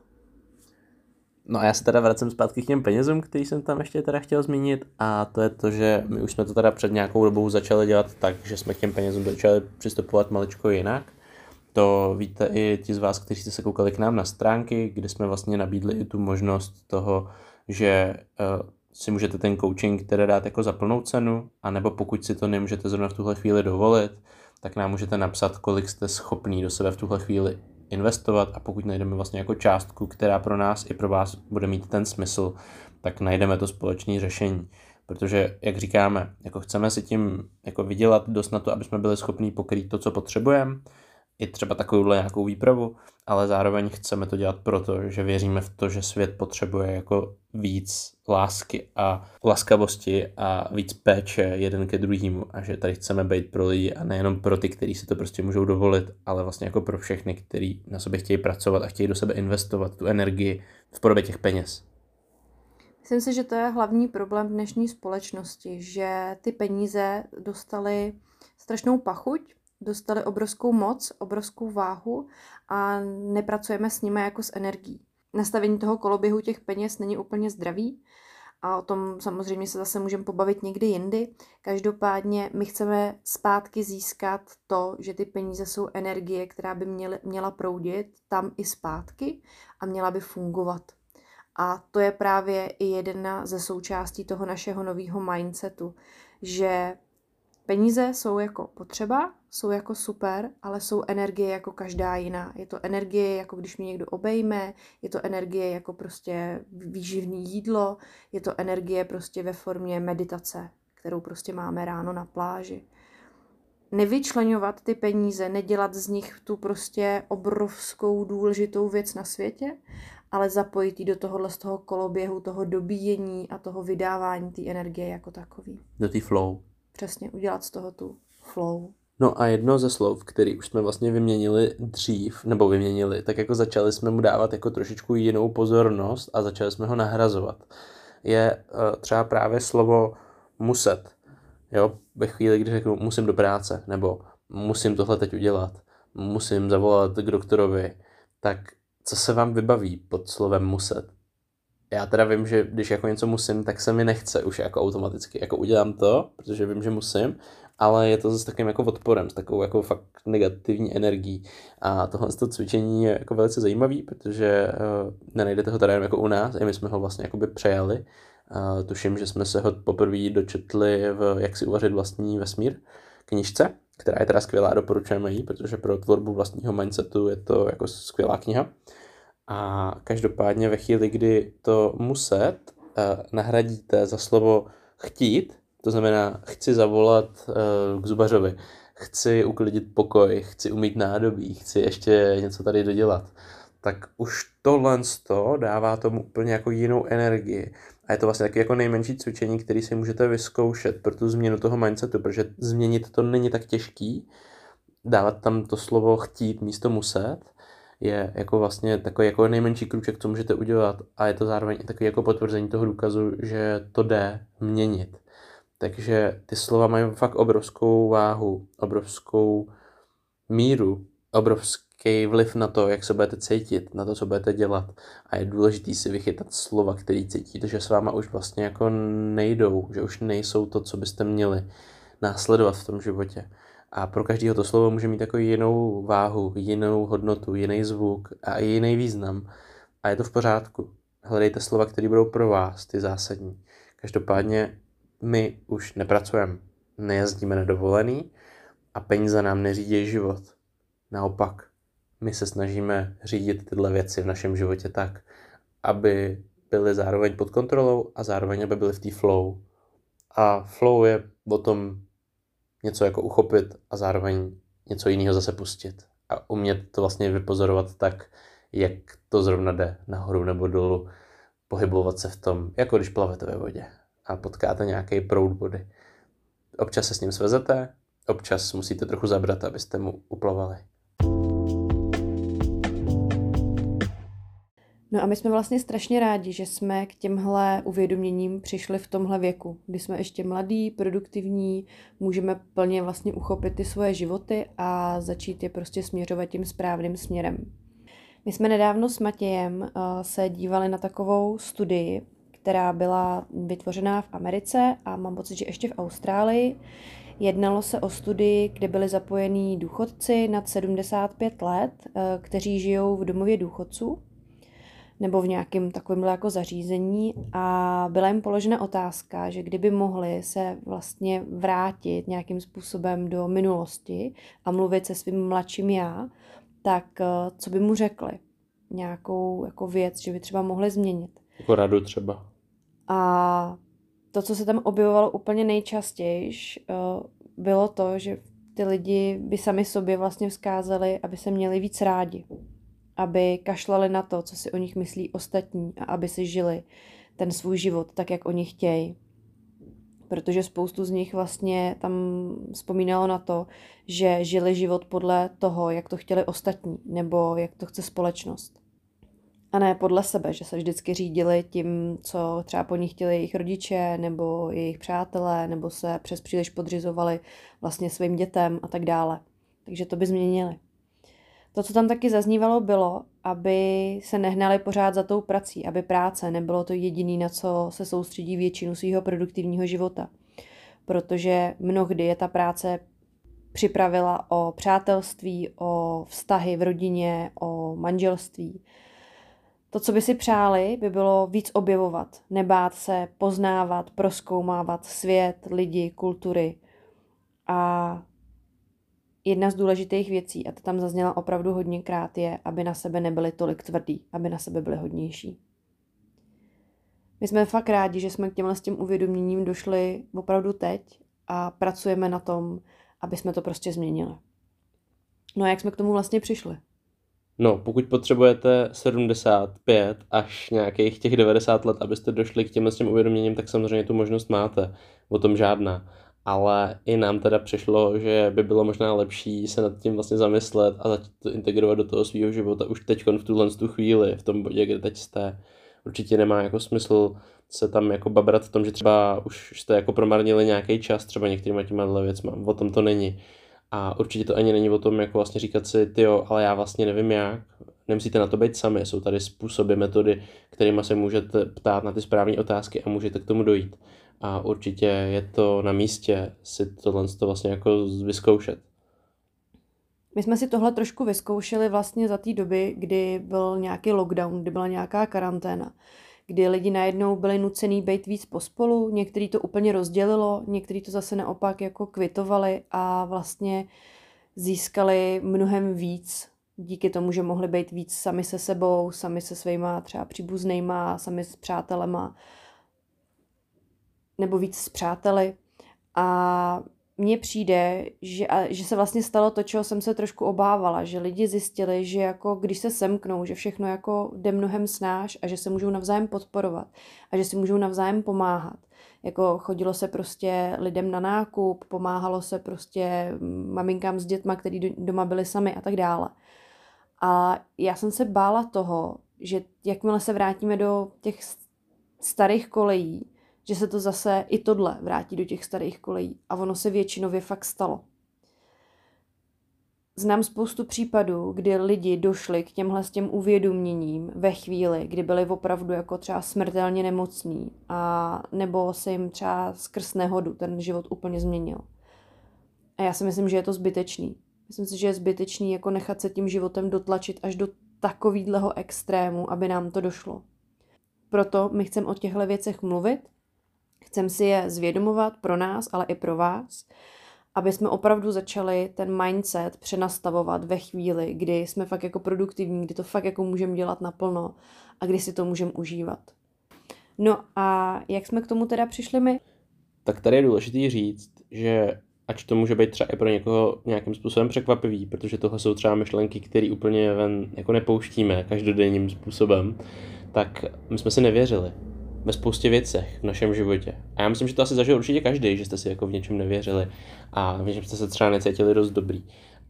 No a já se teda vracím zpátky k těm penězům, který jsem tam ještě teda chtěl zmínit, a to je to, že my už jsme to teda před nějakou dobou začali dělat tak, že jsme k těm penězům začali přistupovat maličko jinak. To víte i ti z vás, kteří jste se koukali k nám na stránky, kde jsme vlastně nabídli i tu možnost toho, že si můžete ten coaching teda dát jako za plnou cenu, anebo pokud si to nemůžete zrovna v tuhle chvíli dovolit, tak nám můžete napsat, kolik jste schopný do sebe v tuhle chvíli investovat, a pokud najdeme vlastně jako částku, která pro nás i pro vás bude mít ten smysl, tak najdeme to společné řešení. Protože, jak říkáme, jako chceme si tím jako vydělat dost na to, aby jsme byli schopní pokrýt to, co potřebujeme, i třeba takovouhle nějakou výpravu, ale zároveň chceme to dělat proto, že věříme v to, že svět potřebuje jako víc lásky a laskavosti a víc péče jeden ke druhému, a že tady chceme být pro lidi a nejenom pro ty, kteří si to prostě můžou dovolit, ale vlastně jako pro všechny, kteří na sobě chtějí pracovat a chtějí do sebe investovat tu energii v podobě těch peněz. Myslím si, že to je hlavní problém dnešní společnosti, že ty peníze dostaly strašnou pachuť, dostali obrovskou moc, obrovskou váhu a nepracujeme s nimi jako s energií. Nastavení toho koloběhu těch peněz není úplně zdravý a o tom samozřejmě se zase můžeme pobavit někdy jindy. Každopádně my chceme zpátky získat to, že ty peníze jsou energie, která by měla proudit tam i zpátky a měla by fungovat. A to je právě i jedna ze součástí toho našeho nového mindsetu, že peníze jsou jako potřeba, jsou jako super, ale jsou energie jako každá jiná. Je to energie, jako když mě někdo obejme, je to energie jako prostě výživný jídlo, je to energie prostě ve formě meditace, kterou prostě máme ráno na pláži. Nevyčleňovat ty peníze, nedělat z nich tu prostě obrovskou důležitou věc na světě, ale zapojit ji do tohohle z toho koloběhu, toho dobíjení a toho vydávání té energie jako takový. Do té flow. Přesně, udělat z toho tu flow. No a jedno ze slov, který už jsme vlastně vyměnili dřív, tak jako začali jsme mu dávat jako trošičku jinou pozornost a začali jsme ho nahrazovat, je třeba právě slovo muset. Jo, ve chvíli, kdy řeknu musím do práce, nebo musím tohle teď udělat, musím zavolat k doktorovi, tak co se vám vybaví pod slovem muset? Já teda vím, že když jako něco musím, tak se mi nechce už jako automaticky. Jako udělám to, protože vím, že musím, ale je to s takovým jako odporem, s takovou jako fakt negativní energií. A tohle cvičení je jako velice zajímavý, protože nenajdete ho tady jen jako u nás, i my jsme ho vlastně jakoby přejali. Tuším, že jsme se ho poprvé dočetli v Jak si uvařit vlastní vesmír knižce, která je teda skvělá, doporučujeme ji, protože pro tvorbu vlastního mindsetu je to jako skvělá kniha. A každopádně ve chvíli, kdy to muset nahradíte za slovo chtít, to znamená chci zavolat k zubařovi, chci uklidit pokoj, chci umýt nádobí, chci ještě něco tady dodělat, tak už tohle dává tomu úplně jako jinou energii. A je to vlastně taky jako nejmenší cvičení, který si můžete vyzkoušet pro tu změnu toho mindsetu, protože změnit to není tak těžký. Dávat tam to slovo chtít místo muset je jako vlastně takový jako nejmenší krůček, co můžete udělat, a je to zároveň i takový jako potvrzení toho důkazu, že to jde měnit. Takže ty slova mají fakt obrovskou váhu, obrovskou míru, obrovský vliv na to, jak se budete cítit, na to, co budete dělat. A je důležité si vychytat slova, který cítíte, že s váma už vlastně jako nejdou, že už nejsou to, co byste měli následovat v tom životě. A pro každého to slovo může mít takovou jinou váhu, jinou hodnotu, jiný zvuk a i jiný význam. A je to v pořádku. Hledejte slova, které budou pro vás, ty zásadní. Každopádně my už nepracujeme, nejezdíme na dovolený a peníze nám neřídí život. Naopak, my se snažíme řídit tyhle věci v našem životě tak, aby byly zároveň pod kontrolou a zároveň aby byly v té flow. A flow je o tom něco jako uchopit a zároveň něco jiného zase pustit. A umět to vlastně vypozorovat tak, jak to zrovna jde nahoru nebo dolů, pohybovat se v tom, jako když plavete ve vodě a potkáte nějaký proud vody. Občas se s ním svezete, občas musíte trochu zabrat, abyste mu uplavali. No a my jsme vlastně strašně rádi, že jsme k těmhle uvědoměním přišli v tomhle věku, kdy jsme ještě mladí, produktivní, můžeme plně vlastně uchopit ty svoje životy a začít je prostě směřovat tím správným směrem. My jsme nedávno s Matějem se dívali na takovou studii, která byla vytvořená v Americe a mám pocit, že ještě v Austrálii. Jednalo se o studii, kde byli zapojení důchodci nad 75 let, kteří žijou v domově důchodců nebo v nějakém takovém jako zařízení a byla jim položena otázka, že kdyby mohli se vlastně vrátit nějakým způsobem do minulosti a mluvit se svým mladším já, tak co by mu řekli? Nějakou jako věc, že by třeba mohli změnit. Jako radu třeba. A to, co se tam objevovalo úplně nejčastěji, bylo to, že ty lidi by sami sobě vlastně vzkázali, aby se měli víc rádi. Aby kašlali na to, co si o nich myslí ostatní a aby si žili ten svůj život tak, jak oni chtějí. Protože spoustu z nich vlastně tam vzpomínalo na to, že žili život podle toho, jak to chtěli ostatní nebo jak to chce společnost. A ne podle sebe, že se vždycky řídili tím, co třeba po nich chtěli jejich rodiče nebo jejich přátelé, nebo se přes příliš podřizovali vlastně svým dětem a tak dále. Takže to by změnili. To, co tam taky zaznívalo, bylo, aby se nehnali pořád za tou prací, aby práce nebylo to jediné, na co se soustředí většinu svého produktivního života. Protože mnohdy je ta práce připravila o přátelství, o vztahy v rodině, o manželství. To, co by si přáli, by bylo víc objevovat, nebát se, poznávat, prozkoumávat svět, lidi, kultury. A jedna z důležitých věcí, a to tam zazněla opravdu hodněkrát, je, aby na sebe nebyli tolik tvrdí, aby na sebe byli hodnější. My jsme fakt rádi, že jsme k těmhle s tím uvědoměním došli opravdu teď a pracujeme na tom, aby jsme to prostě změnili. No a jak jsme k tomu vlastně přišli? No, pokud potřebujete 75 až nějakých těch 90 let, abyste došli k těm uvědoměním, tak samozřejmě tu možnost máte. O tom žádná. Ale i nám teda přišlo, že by bylo možná lepší se nad tím vlastně zamyslet a začít to integrovat do toho svého života už teď v tu chvíli, v tom bodě, kde teď jste. Určitě nemá jako smysl se tam jako babrat v tom, že třeba už jste jako promarnili nějaký čas třeba některýma těma věcma. O tom to není. A určitě to ani není o tom, jako vlastně říkat si, tyjo, ale já vlastně nevím jak. Nemusíte na to být sami, jsou tady způsoby, metody, kterými se můžete ptát na ty správné otázky a můžete k tomu dojít. A určitě je to na místě si tohle vlastně jako vyzkoušet. My jsme si tohle trošku vyzkoušeli vlastně za té doby, kdy byl nějaký lockdown, kdy byla nějaká karanténa, kdy lidi najednou byli nucený být víc pospolu, některý to úplně rozdělilo, některý to zase naopak jako kvitovali a vlastně získali mnohem víc díky tomu, že mohli být víc sami se sebou, sami se svýma třeba příbuznejma, sami s přátelema nebo víc s přáteli. A mně přijde, že se vlastně stalo to, čeho jsem se trošku obávala, že lidi zjistili, že jako když se semknou, že všechno jako jde mnohem snáš a že se můžou navzájem podporovat a že si můžou navzájem pomáhat. Jako chodilo se prostě lidem na nákup, pomáhalo se prostě maminkám s dětma, který doma byli sami a tak dále. A já jsem se bála toho, že jakmile se vrátíme do těch starých kolejí, že se to zase i tohle vrátí do těch starých kolejí. A ono se většinově fakt stalo. Znám spoustu případů, kdy lidi došli k těmhle s těm uvědoměním ve chvíli, kdy byli opravdu jako třeba smrtelně nemocní a nebo se jim třeba skrz nehodu ten život úplně změnil. A já si myslím, že je to zbytečný. Myslím si, že je zbytečný jako nechat se tím životem dotlačit až do takovýhleho extrému, aby nám to došlo. Proto my chceme o těchto věcech mluvit, chceme si je zvědomovat pro nás, ale i pro vás, aby jsme opravdu začali ten mindset přenastavovat ve chvíli, kdy jsme fakt jako produktivní, kdy to fakt jako můžeme dělat naplno a kdy si to můžeme užívat. No a jak jsme k tomu teda přišli my? Tak tady je důležité říct, že ač to může být třeba i pro někoho nějakým způsobem překvapivý, protože tohle jsou třeba myšlenky, které úplně ven jako nepouštíme každodenním způsobem, tak my jsme si nevěřili ve spoustě věcech v našem životě. A já myslím, že to asi zažil určitě každý, že jste si jako v něčem nevěřili a v něčem jste se třeba necítili dost dobrý.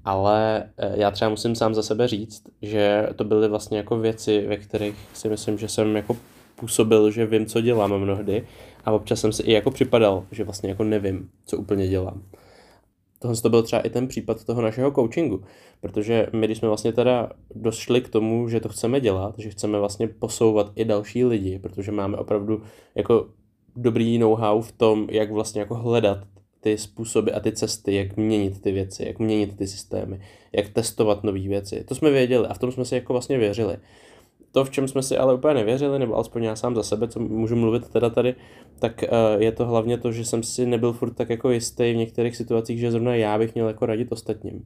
Ale já třeba musím sám za sebe říct, že to byly vlastně jako věci, ve kterých si myslím, že jsem jako působil, že vím, co dělám mnohdy a občas jsem si i jako připadal, že vlastně jako nevím, co úplně dělám. Tohle to byl třeba i ten případ toho našeho coachingu, protože my, když jsme vlastně teda došli k tomu, že to chceme dělat, že chceme vlastně posouvat i další lidi, protože máme opravdu jako dobrý know-how v tom, jak vlastně jako hledat ty způsoby a ty cesty, jak měnit ty věci, jak měnit ty systémy, jak testovat nové věci. To jsme věděli a v tom jsme si jako vlastně věřili. To, v čem jsme si ale úplně nevěřili, nebo alespoň já sám za sebe, co můžu mluvit teda tady, tak je to hlavně to, že jsem si nebyl furt tak jako jistý v některých situacích, že zrovna já bych měl jako radit ostatním.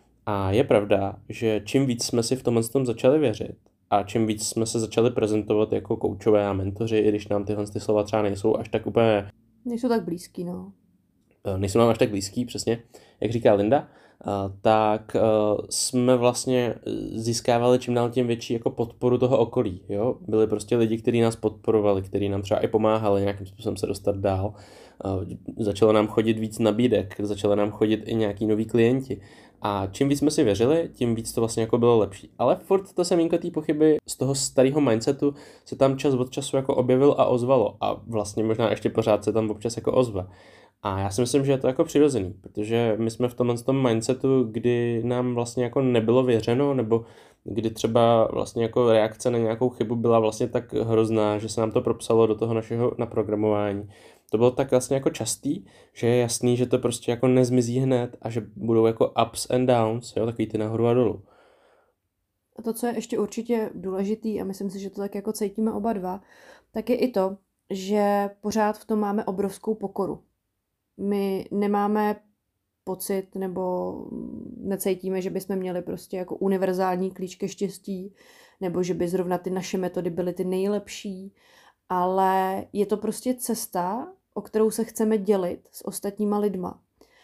A je pravda, že čím víc jsme si v tomhle tom začali věřit a čím víc jsme se začali prezentovat jako koučové a mentoři, i když nám tyhle ty slova třeba nejsou až tak úplně... Nejsou tak blízký, no. Nejsou nám až tak blízký, přesně, jak říká Linda, tak jsme vlastně získávali čím dál tím větší jako podporu toho okolí. Jo? Byli prostě lidi, kteří nás podporovali, kteří nám třeba i pomáhali nějakým způsobem se dostat dál. Začalo nám chodit víc nabídek, začalo nám chodit i nějaký noví klienti. A čím víc jsme si věřili, tím víc to vlastně jako bylo lepší. Ale furt to semínko té pochyby z toho starého mindsetu se tam čas od času jako objevil a ozvalo. A vlastně možná ještě pořád se tam občas jako ozve. A já si myslím, že je to jako přirozený, protože my jsme v tom mindsetu, kdy nám vlastně jako nebylo věřeno, nebo kdy třeba vlastně jako reakce na nějakou chybu byla vlastně tak hrozná, že se nám to propsalo do toho našeho naprogramování. To bylo tak vlastně jako častý, že je jasný, že to prostě jako nezmizí hned a že budou jako ups and downs, jo, takový ty nahoru a dolů. A to, co je ještě určitě důležitý, a myslím si, že to tak jako cítíme oba dva, tak je i to, že pořád v tom máme obrovskou pokoru. My nemáme pocit nebo necítíme, že bychom měli prostě jako univerzální klíč ke štěstí, nebo že by zrovna ty naše metody byly ty nejlepší, ale je to prostě cesta, o kterou se chceme dělit s ostatníma lidma.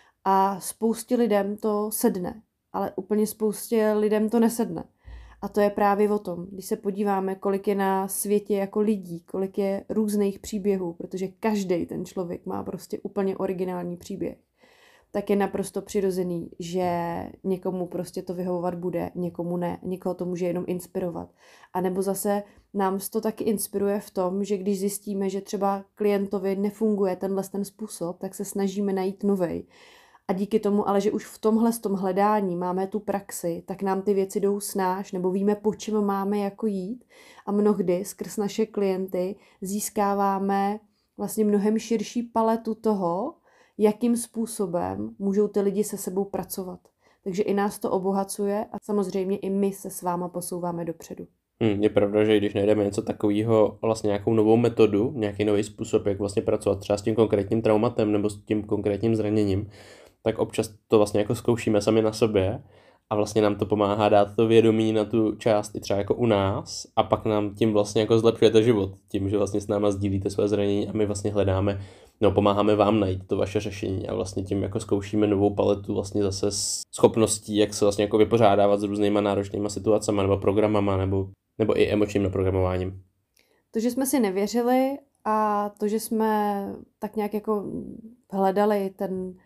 A spoustě lidem to sedne, ale úplně spoustě lidem to nesedne. A to je právě o tom, když se podíváme, kolik je na světě jako lidí, kolik je různých příběhů, protože každý ten člověk má prostě úplně originální příběh, tak je naprosto přirozený, že někomu prostě to vyhovovat bude, někomu ne, někoho to může jenom inspirovat. A nebo zase nám to taky inspiruje v tom, že když zjistíme, že třeba klientovi nefunguje ten způsob, tak se snažíme najít novej. A díky tomu, ale že už v tom hledání máme tu praxi, tak nám ty věci jdou snáš, nebo víme, po čem máme jako jít. A mnohdy skrz naše klienty získáváme vlastně mnohem širší paletu toho, jakým způsobem můžou ty lidi se sebou pracovat. Takže i nás to obohacuje a samozřejmě i my se s váma posouváme dopředu. Je pravda, že když najdeme něco takového, vlastně nějakou novou metodu, nějaký nový způsob, jak vlastně pracovat třeba s tím konkrétním traumatem nebo s tím konkrétním zraněním, tak občas to vlastně jako zkoušíme sami na sobě a vlastně nám to pomáhá dát to vědomí na tu část i třeba jako u nás a pak nám tím vlastně jako zlepšujete život, tím, že vlastně s náma sdílíte své zranění a my vlastně hledáme, no pomáháme vám najít to vaše řešení a vlastně tím jako zkoušíme novou paletu vlastně zase schopností, jak se vlastně jako vypořádávat s různýma náročnýma situacemi nebo programama nebo i emočním naprogramováním. To, že jsme si nevěřili a to, že jsme tak nějak jako hledali ten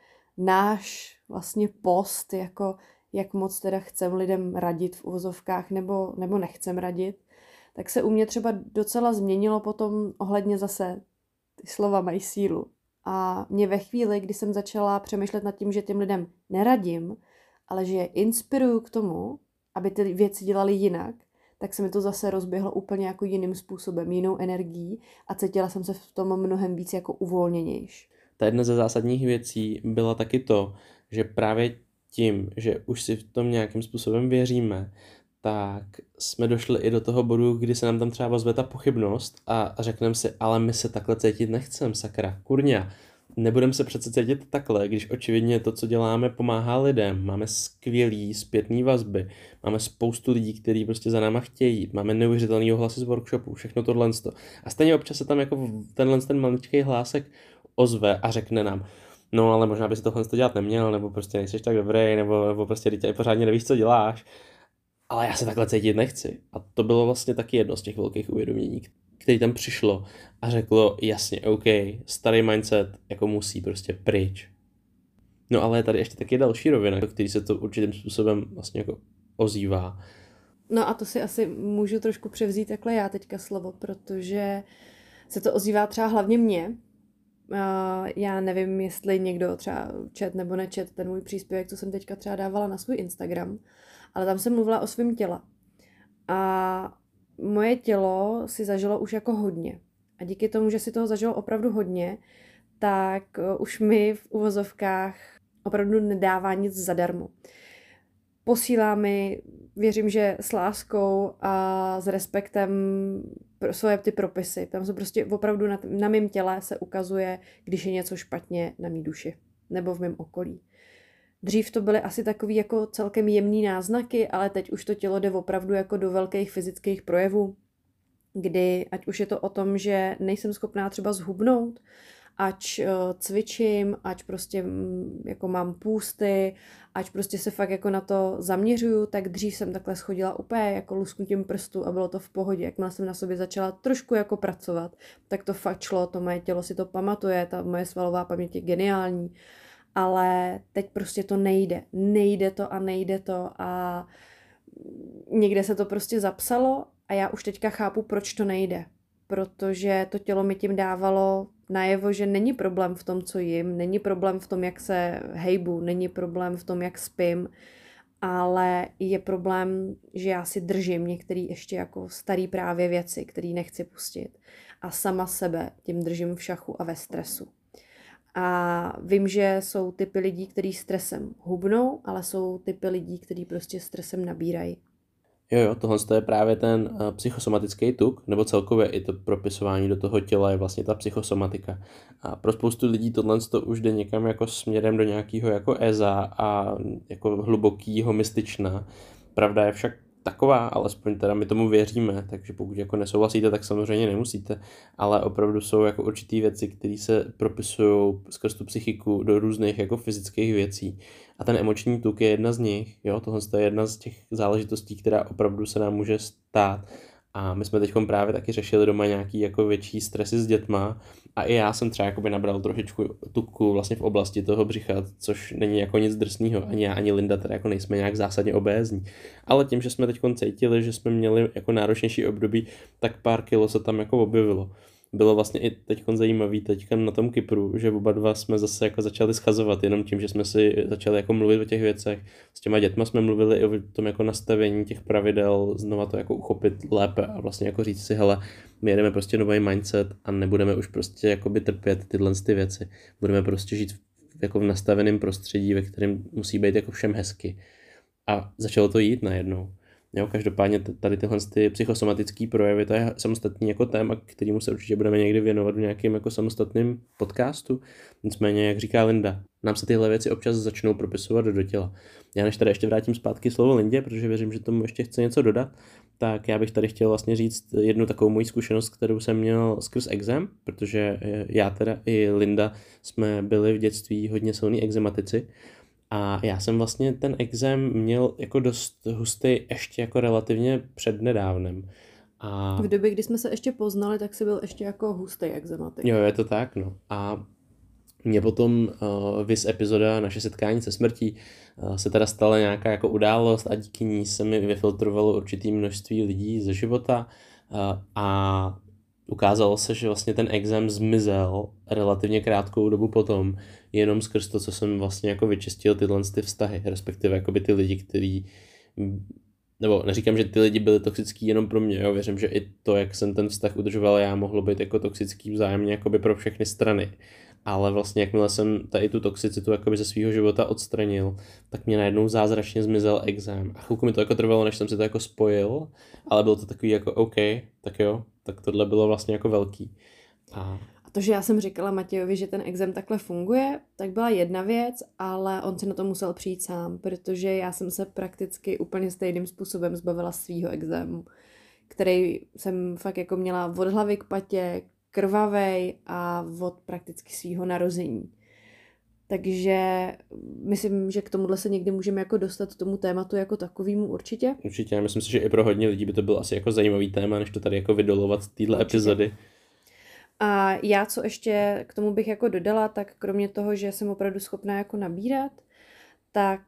náš vlastně post, jako jak moc teda chcem lidem radit v uvozovkách nebo nechcem radit, tak se u mě třeba docela změnilo potom ohledně zase ty slova mají sílu. A mě ve chvíli, kdy jsem začala přemýšlet nad tím, že těm lidem neradím, ale že je inspiruju k tomu, aby ty věci dělali jinak, tak se mi to zase rozběhlo úplně jako jiným způsobem, jinou energií a cítila jsem se v tom mnohem víc jako uvolněnější. Ta jedna ze zásadních věcí byla taky to, že právě tím, že už si v tom nějakým způsobem věříme, tak jsme došli i do toho bodu, kdy se nám tam třeba ozve ta pochybnost a řekneme si, ale my se takhle cítit nechcem, sakra, kurňa. Nebudeme se přece cítit takhle, když očividně to, co děláme, pomáhá lidem. Máme skvělý zpětný vazby, máme spoustu lidí, kteří prostě za náma chtějí jít, máme neuvěřitelný ohlasy z workshopu, všechno tohle. A stejně občas se tam jako ten maličký hlásek ozve a řekne nám, no ale možná bys tohle dělat neměl, nebo prostě nejsi tak dobrý, nebo prostě teď pořádně nevíš, co děláš. Ale já se takhle cítit nechci. A to bylo vlastně taky jedno z těch velkých uvědomění, který tam přišlo a řeklo, jasně, OK, starý mindset jako musí prostě pryč. No ale je tady ještě taky další rovina, který se to určitým způsobem vlastně jako ozývá. No a to si asi můžu trošku převzít takhle já teďka slovo, protože se to ozývá třeba hlavně mně. Já nevím, jestli někdo třeba čet nebo nečet ten můj příspěvek, co jsem teďka třeba dávala na svůj Instagram, ale tam jsem mluvila o svém těle. A moje tělo si zažilo už jako hodně. A díky tomu, že si toho zažilo opravdu hodně, tak už mi v uvozovkách opravdu nedává nic zadarmo. Posílá mi, věřím, že s láskou a s respektem svoje ty propisy. Tam se prostě opravdu na mém těle se ukazuje, když je něco špatně na mý duši nebo v mém okolí. Dřív to byly asi takový jako celkem jemný náznaky, ale teď už to tělo jde opravdu jako do velkých fyzických projevů, kdy ať už je to o tom, že nejsem schopná třeba zhubnout, ať cvičím, ať prostě jako mám půsty, ať prostě se fakt jako na to zaměřuju, tak dřív jsem takhle schodila úplně jako lusknutím prstu a bylo to v pohodě. Jakmile jsem na sobě začala trošku jako pracovat, tak to fakt šlo, to moje tělo si to pamatuje, ta moje svalová paměť je geniální, ale teď prostě to nejde. Nejde to a nejde to a někde se to prostě zapsalo a já už teďka chápu, proč to nejde. Protože to tělo mi tím dávalo najevo, že není problém v tom, co jim, není problém v tom, jak se hejbu, není problém v tom, jak spím, ale je problém, že já si držím některé ještě jako staré právě věci, které nechci pustit. A sama sebe tím držím v šachu a ve stresu. A vím, že jsou typy lidí, kteří stresem hubnou, ale jsou typy lidí, kteří prostě stresem nabírají. Jo, tohle je právě ten psychosomatický tuk, nebo celkově i to propisování do toho těla je vlastně ta psychosomatika. A pro spoustu lidí tohle to už jde někam jako směrem do nějakého jako eza a jako hlubokýho mystična. Pravda je však taková, alespoň teda my tomu věříme, takže pokud jako nesouhlasíte, tak samozřejmě nemusíte, ale opravdu jsou jako určitý věci, které se propisují skrz tu psychiku do různých jako fyzických věcí. A ten emoční tuk je jedna z nich, jo, tohle je jedna z těch záležitostí, která opravdu se nám může stát. A my jsme teď právě taky řešili doma nějaký jako větší stresy s dětma a i já jsem třeba jakoby nabral trošičku tuku vlastně v oblasti toho břicha, což není jako nic drsného, ani já, ani Linda teda jako nejsme nějak zásadně obézní. Ale tím, že jsme teď cítili, že jsme měli jako náročnější období, tak pár kilo se tam jako objevilo. Bylo vlastně i teď zajímavý teďka na tom Kypru, že oba dva jsme zase jako začali schazovat jenom tím, že jsme si začali jako mluvit o těch věcech. S těma dětma jsme mluvili i o tom jako nastavení těch pravidel, znova to jako uchopit lépe a vlastně jako říct si, hele, my jedeme prostě nový mindset a nebudeme už prostě jakoby trpět tyhle ty věci. Budeme prostě žít jako v nastaveném prostředí, ve kterém musí být jako všem hezky. A začalo to jít najednou. Jo, každopádně tady tyhle ty psychosomatické projevy, to je samostatný jako téma, kterému se určitě budeme někdy věnovat v nějakém jako samostatném podcastu. Nicméně, jak říká Linda, nám se tyhle věci občas začnou propisovat do těla. Já než tady ještě vrátím zpátky slovo Lindě, protože věřím, že tomu ještě chce něco dodat, tak já bych tady chtěl vlastně říct jednu takovou moji zkušenost, kterou jsem měl skrz exém, protože já teda i Linda jsme byli v dětství hodně silní exematici. A já jsem vlastně ten exém měl jako dost hustý ještě jako relativně přednedávnem. A V době, kdy jsme se ještě poznali, tak si byl ještě jako hustý exematik. jo, je to tak, no. A mě potom vys epizoda Naše setkání se smrtí se teda stala nějaká jako událost a díky ní se mi vyfiltrovalo určitý množství lidí ze života a ukázalo se, že vlastně ten exém zmizel relativně krátkou dobu potom, jenom skrz to, co jsem vlastně jako vyčistil tyhle ty vztahy, respektive jakoby ty lidi, kteří, nebo neříkám, že ty lidi byli toxický jenom pro mě, jo, věřím, že i to, jak jsem ten vztah udržoval já, mohlo být jako toxický vzájemně jakoby pro všechny strany. Ale vlastně jakmile jsem tady tu toxicitu jakoby ze svého života odstranil, tak mě najednou zázračně zmizel exém. A chvilku mi to jako trvalo, než jsem si to jako spojil, ale bylo to takový jako OK, tak jo, tak tohle bylo vlastně jako velký. A to, že já jsem říkala Matějovi, že ten exém takhle funguje, tak byla jedna věc, ale on si na to musel přijít sám, protože já jsem se prakticky úplně stejným způsobem zbavila svýho exému, který jsem fakt jako měla od hlavy k patě, krvavej a od prakticky svýho narození. Takže myslím, že k tomuhle se někdy můžeme jako dostat tomu tématu jako takovému určitě. Určitě, já myslím si, že i pro hodně lidí by to byl asi jako zajímavý téma, než to tady jako vydolovat z téhle epizody. A já, co ještě k tomu bych jako dodala, tak kromě toho, že jsem opravdu schopná jako nabírat, tak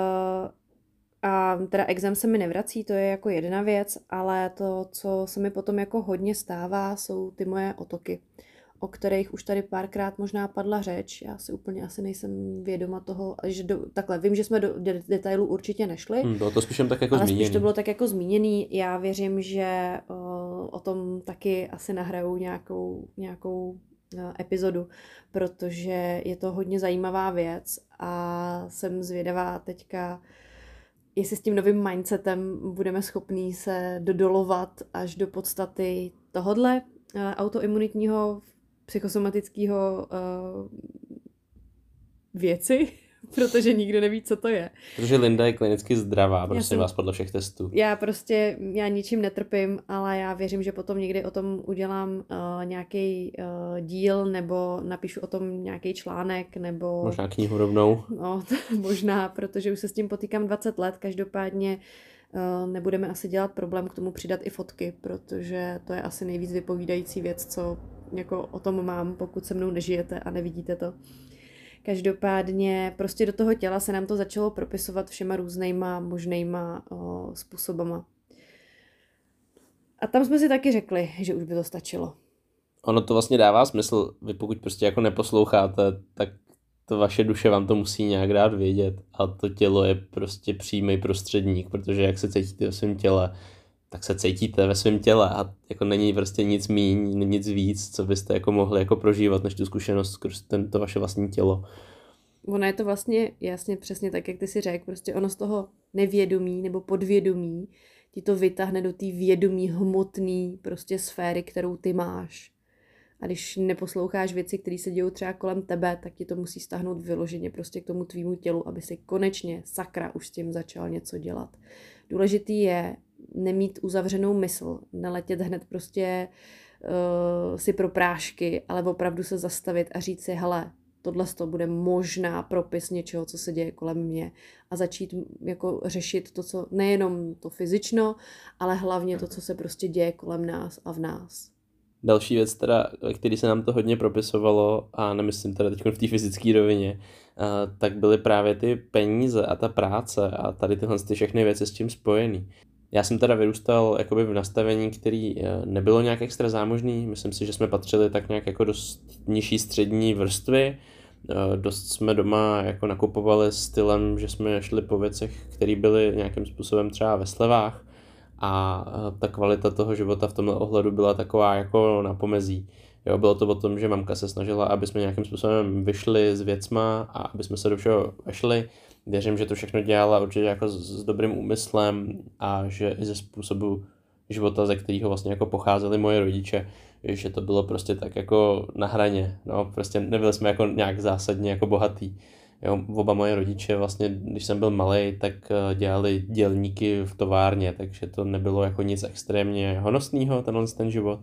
a teda exam se mi nevrací, to je jako jedna věc, ale to, co se mi potom jako hodně stává, jsou ty moje otoky, o kterých už tady párkrát možná padla řeč. Já si úplně asi nejsem vědoma toho, že takhle, vím, že jsme do detailů určitě nešli. Bylo to spíš jen tak jako ale zmíněný. Spíš to bylo tak jako zmíněný. Já věřím, že o tom taky asi nahraju nějakou epizodu, protože je to hodně zajímavá věc a jsem zvědavá teďka, jestli s tím novým mindsetem budeme schopní se dodolovat až do podstaty tohodle autoimunitního psychosomatického věci, protože nikdo neví, co to je. Protože Linda je klinicky zdravá, prosím vás, podle všech testů. Já ničím netrpím, ale já věřím, že potom někdy o tom udělám nějaký díl, nebo napíšu o tom nějaký článek, nebo... Možná knihu rovnou. No, možná, protože už se s tím potýkám 20 let, každopádně nebudeme asi dělat problém k tomu přidat i fotky, protože to je asi nejvíc vypovídající věc, co jako o tom mám, pokud se mnou nežijete a nevidíte to. Každopádně prostě do toho těla se nám to začalo propisovat všema různýma možnýma způsobama. A tam jsme si taky řekli, že už by to stačilo. Ono to vlastně dává smysl, vy pokud prostě jako neposloucháte, tak to vaše duše vám to musí nějak dát vědět a to tělo je prostě přímý prostředník, protože jak se cítíte ve svém těle, tak se cítíte ve svém těle a jako není prostě nic míň, nic víc, co byste jako mohli jako prožívat, než tu zkušenost skrz to vaše vlastní tělo. Ono je to vlastně jasně přesně tak, jak ty si řekl, prostě ono z toho nevědomí nebo podvědomí ti to vytáhne do té vědomí hmotné prostě sféry, kterou ty máš. A když neposloucháš věci, které se dějou třeba kolem tebe, tak ti to musí stáhnout vyloženě prostě k tomu tvýmu tělu, aby si konečně, sakra, už s tím začal něco dělat. Důležitý je nemít uzavřenou mysl, neletět hned prostě si pro prášky, ale opravdu se zastavit a říct si, hele, tohle to bude možná propis něčeho, co se děje kolem mě a začít jako řešit to, co nejenom to fyzično, ale hlavně to, co se prostě děje kolem nás a v nás. Další věc teda, který se nám to hodně propisovalo, a nemyslím teda teď v té fyzické rovině, tak byly právě ty peníze a ta práce a tady tyhle všechny věci s tím spojený. Já jsem teda vyrůstal jakoby v nastavení, který nebylo nějak extra zámožný, myslím si, že jsme patřili tak nějak jako do nižší střední vrstvy, dost jsme doma jako nakupovali stylem, že jsme šli po věcech, které byly nějakým způsobem třeba ve slevách, a ta kvalita toho života v tomhle ohledu byla taková jako na pomezí. Jo, bylo to o tom, že mamka se snažila, aby jsme nějakým způsobem vyšli s věcma a aby jsme se do všeho vešli. Věřím, že to všechno dělala určitě jako s dobrým úmyslem a že i ze způsobu života, ze kterého vlastně jako pocházeli moje rodiče, že to bylo prostě tak jako na hraně. No, prostě nebyli jsme jako nějak zásadně jako bohatý. Jo, oba moje rodiče vlastně, když jsem byl malej, tak dělali dělníky v továrně, takže to nebylo jako nic extrémně honosného, ten život.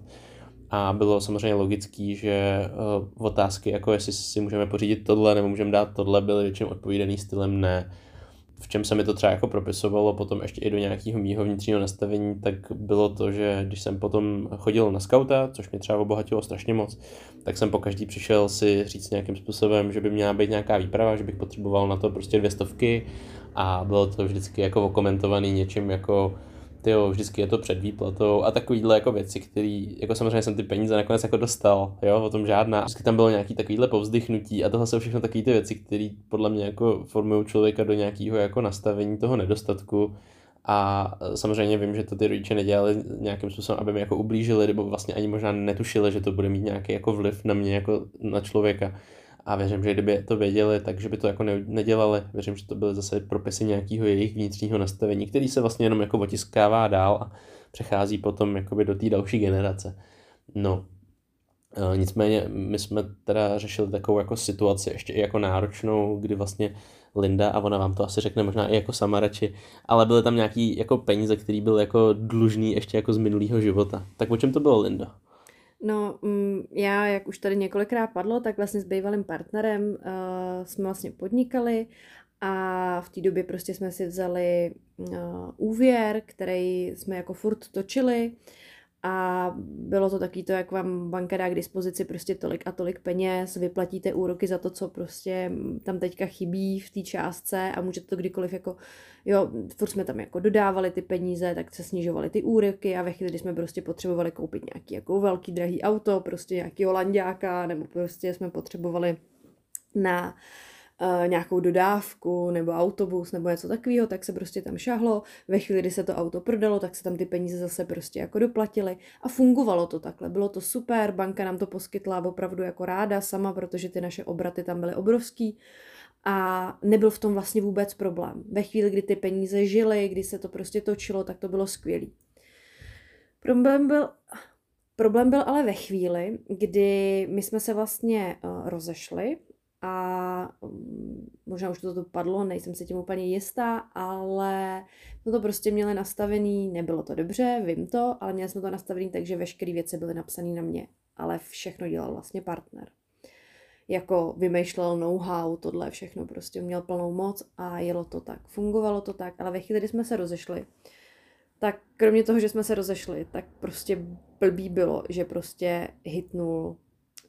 A bylo samozřejmě logický, že otázky, jako jestli si můžeme pořídit tohle nebo můžeme dát tohle, byly většinou odpovídaný stylem ne. V čem se mi to třeba jako propisovalo potom ještě i do nějakého mýho vnitřního nastavení, tak bylo to, že když jsem potom chodil na skauta, což mě třeba obohatilo strašně moc, tak jsem pokaždý přišel si říct nějakým způsobem, že by měla být nějaká výprava, že bych potřeboval na to prostě 200 a bylo to vždycky jako okomentovaný něčím jako tyjo, vždycky je to před výplatou a takovýhle jako věci, který, jako samozřejmě jsem ty peníze nakonec jako dostal, jo, o tom žádná. Vždycky tam bylo nějaký takovýhle povzdychnutí a tohle jsou všechno takové ty věci, které podle mě jako formují člověka do nějakého jako nastavení toho nedostatku a samozřejmě vím, že to ty rodiče nedělali nějakým způsobem, aby mi jako ublížili, nebo vlastně ani možná netušili, že to bude mít nějaký jako vliv na mě jako na člověka. A věřím, že kdyby to věděli, takže by to jako nedělali. Věřím, že to byly zase propisy nějakého jejich vnitřního nastavení, který se vlastně jenom jako otiskává dál a přechází potom jakoby do té další generace. No, nicméně my jsme teda řešili takovou jako situaci ještě i jako náročnou, kdy vlastně Linda, a ona vám to asi řekne možná i jako sama radši, ale byly tam nějaký jako peníze, který byl jako dlužný ještě jako z minulého života. Tak o čem to bylo, Linda? No, já, jak už tady několikrát padlo, tak vlastně s bývalým partnerem jsme vlastně podnikali a v té době prostě jsme si vzali úvěr, který jsme jako furt točili a bylo to taky to, jak vám banka dá k dispozici prostě tolik a tolik peněz, vyplatíte úroky za to, co prostě tam teďka chybí v té částce a můžete to kdykoliv jako, jo, furt jsme tam jako dodávali ty peníze, tak se snižovaly ty úroky a ve chvíli, kdy jsme prostě potřebovali koupit nějaký jako velký drahý auto, prostě nějaký holanďáka, nebo prostě jsme potřebovali na nějakou dodávku nebo autobus nebo něco takového, tak se prostě tam šahlo. Ve chvíli, kdy se to auto prodalo, tak se tam ty peníze zase prostě jako doplatily a fungovalo to takhle. Bylo to super, banka nám to poskytla opravdu jako ráda sama, protože ty naše obraty tam byly obrovský a nebyl v tom vlastně vůbec problém. Ve chvíli, kdy ty peníze žily, kdy se to prostě točilo, tak to bylo skvělý. Problém byl ale ve chvíli, kdy my jsme se vlastně rozešli a možná už to dopadlo, nejsem si tím úplně jistá, ale jsme to prostě měli nastavený, nebylo to dobře, vím to, ale měli jsme to nastavený tak, že veškeré věci byly napsané na mě, ale všechno dělal vlastně partner. Jako vymýšlel know-how, tohle všechno prostě měl plnou moc a jelo to tak, fungovalo to tak, ale ve chvíli, kdy jsme se rozešli, tak kromě toho, že jsme se rozešli, tak prostě blbý bylo, že prostě hitnul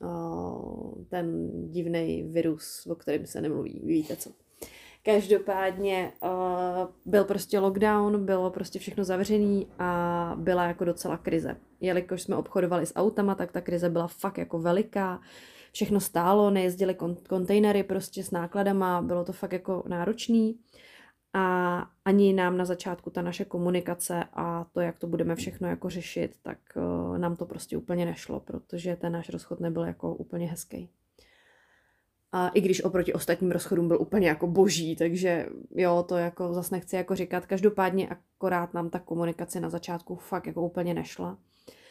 ten divný virus, o kterém se nemluví, víte co. Každopádně byl prostě lockdown, bylo prostě všechno zavřený a byla jako docela krize. Jelikož jsme obchodovali s autama, tak ta krize byla fakt jako veliká. Všechno stálo, nejezdily kontejnery prostě s nákladama, bylo to fakt jako náročný. A ani nám na začátku ta naše komunikace a to, jak to budeme všechno jako řešit, tak nám to prostě úplně nešlo, protože ten náš rozchod nebyl jako úplně hezký. A i když oproti ostatním rozchodům byl úplně jako boží, takže jo, to jako zase nechci jako říkat. Každopádně akorát nám ta komunikace na začátku fakt jako úplně nešla.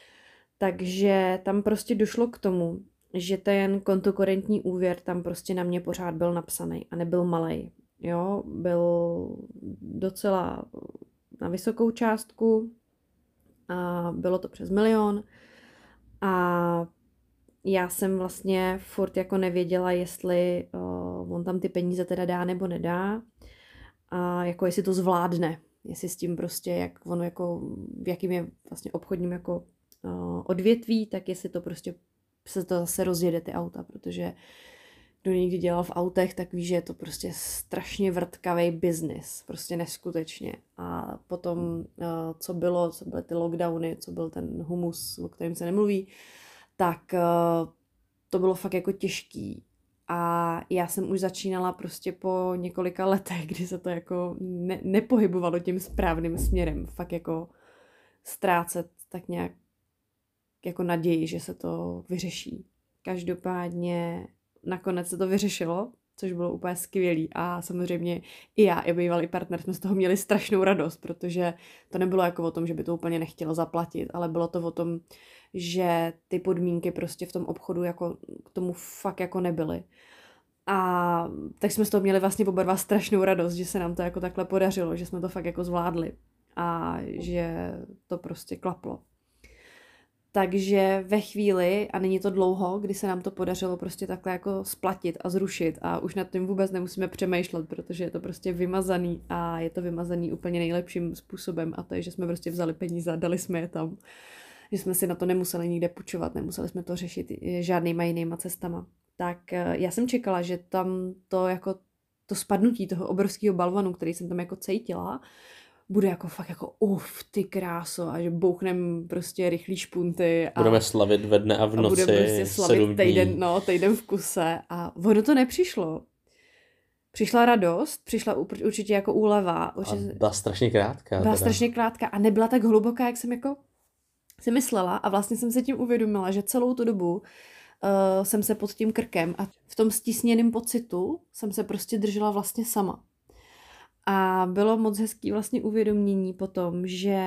Takže tam prostě došlo k tomu, že ten kontokorentní úvěr tam prostě na mě pořád byl napsaný a nebyl malej. Jo, byl docela na vysokou částku a bylo to přes 1 000 000 a já jsem vlastně furt jako nevěděla, jestli on tam ty peníze teda dá nebo nedá a jako jestli to zvládne, jestli s tím prostě, jak on jako, v jakým je vlastně obchodním jako odvětví, tak jestli to prostě se to zase rozjede ty auta, protože kdo někdy dělal v autech, tak ví, že je to prostě strašně vrtkavý biznis, prostě neskutečně. A potom, co byly ty lockdowny, co byl ten humus, o kterém se nemluví, tak to bylo fakt jako těžký. A já jsem už začínala prostě po několika letech, kdy se to jako nepohybovalo tím správným směrem, fakt jako ztrácet tak nějak jako naději, že se to vyřeší. Každopádně nakonec se to vyřešilo, což bylo úplně skvělý a samozřejmě i já, i bývalý partner jsme z toho měli strašnou radost, protože to nebylo jako o tom, že by to úplně nechtělo zaplatit, ale bylo to o tom, že ty podmínky prostě v tom obchodu jako k tomu fakt jako nebyly. A tak jsme z toho měli vlastně oba dva strašnou radost, že se nám to jako takhle podařilo, že jsme to fakt jako zvládli a že to prostě klaplo. Takže ve chvíli, a není to dlouho, kdy se nám to podařilo prostě takhle jako splatit a zrušit a už nad tím vůbec nemusíme přemýšlet, protože je to prostě vymazaný a je to vymazaný úplně nejlepším způsobem a to je, že jsme prostě vzali peníze a dali jsme je tam, že jsme si na to nemuseli nikde půjčovat, nemuseli jsme to řešit žádnýma jinýma cestama. Tak já jsem čekala, že tam to jako to spadnutí toho obrovského balvanu, který jsem tam jako cítila, bude jako fakt jako ty kráso a že bouchnem prostě rychlý špunty. A budeme slavit ve dne a v noci, budeme prostě slavit týden v kuse a ono to nepřišlo. Přišla radost, přišla určitě jako úleva. Určitě... A byla strašně krátká. Byla strašně krátká a nebyla tak hluboká, jak jsem jako si myslela a vlastně jsem se tím uvědomila, že celou tu dobu jsem se pod tím krkem a v tom stisněném pocitu jsem se prostě držela vlastně sama. A bylo moc hezký vlastně uvědomění potom, že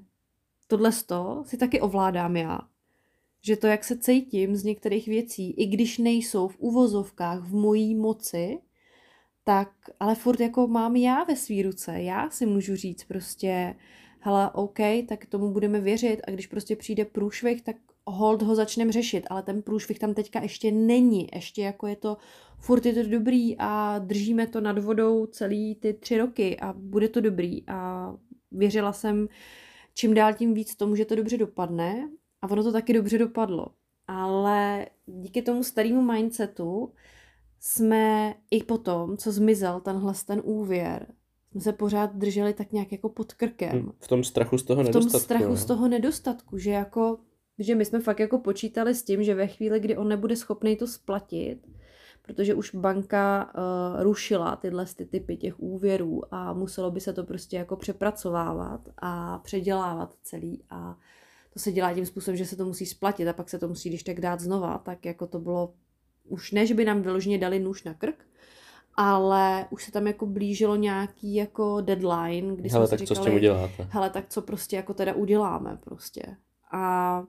tohleto si taky ovládám já. Že to, jak se cítím z některých věcí, i když nejsou v uvozovkách v mojí moci, tak ale furt jako mám já ve svý ruce. Já si můžu říct prostě, hele, OK, tak tomu budeme věřit a když prostě přijde průšvih, tak hold ho začneme řešit, ale ten průšvih tam teďka ještě není, ještě jako furt je to dobrý a držíme to nad vodou celý ty 3 roky a bude to dobrý a věřila jsem čím dál tím víc tomu, že to dobře dopadne a ono to taky dobře dopadlo. Ale díky tomu starému mindsetu jsme i potom, co zmizel ten úvěr, jsme se pořád drželi tak nějak jako pod krkem. V tom strachu z toho nedostatku. V tom strachu z toho nedostatku, že my jsme fakt jako počítali s tím, že ve chvíli, kdy on nebude schopný to splatit, protože už banka rušila tyhle typy těch úvěrů a muselo by se to prostě jako přepracovávat a předělávat celý a to se dělá tím způsobem, že se to musí splatit a pak se to musí když tak dát znova, tak jako to bylo už ne, že by nám vyloženě dali nůž na krk, ale už se tam jako blížilo nějaký jako deadline, kdy jsme si říkali, co s tím uděláte? Hele, tak co prostě jako teda uděláme prostě. A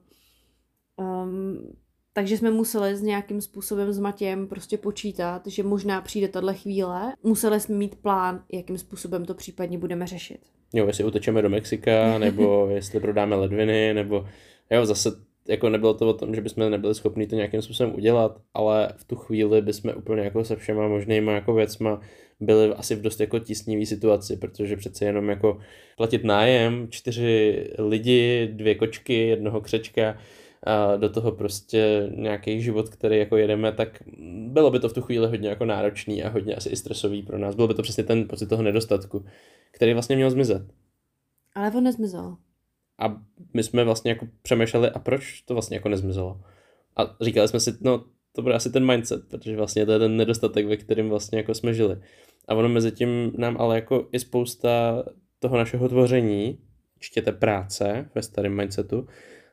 takže jsme museli s nějakým způsobem s Matějem prostě počítat, že možná přijde tahle chvíle. Museli jsme mít plán, jakým způsobem to případně budeme řešit. Jo, jestli utečeme do Mexika, nebo jestli prodáme ledviny, nebo jo, zase jako nebylo to o tom, že bychom nebyli schopni to nějakým způsobem udělat, ale v tu chvíli bychom úplně jako se všema možnýma jako věcma byli asi v dost jako tísnivý situaci, protože přece jenom jako platit nájem, 4 lidi, 2 kočky, 1 křečka a do toho prostě nějaký život, který jako jedeme, tak bylo by to v tu chvíli hodně jako náročný a hodně asi i stresový pro nás. Bylo by to přesně ten pocit toho nedostatku, který vlastně měl zmizet. Ale on nezmizel. A my jsme vlastně jako přemýšleli, a proč to vlastně jako nezmizelo. A říkali jsme si, no to bude asi ten mindset, protože vlastně to je ten nedostatek, ve kterém vlastně jako jsme žili. A ono mezi tím nám ale jako i spousta toho našeho tvoření, ještě té práce ve starém mindsetu,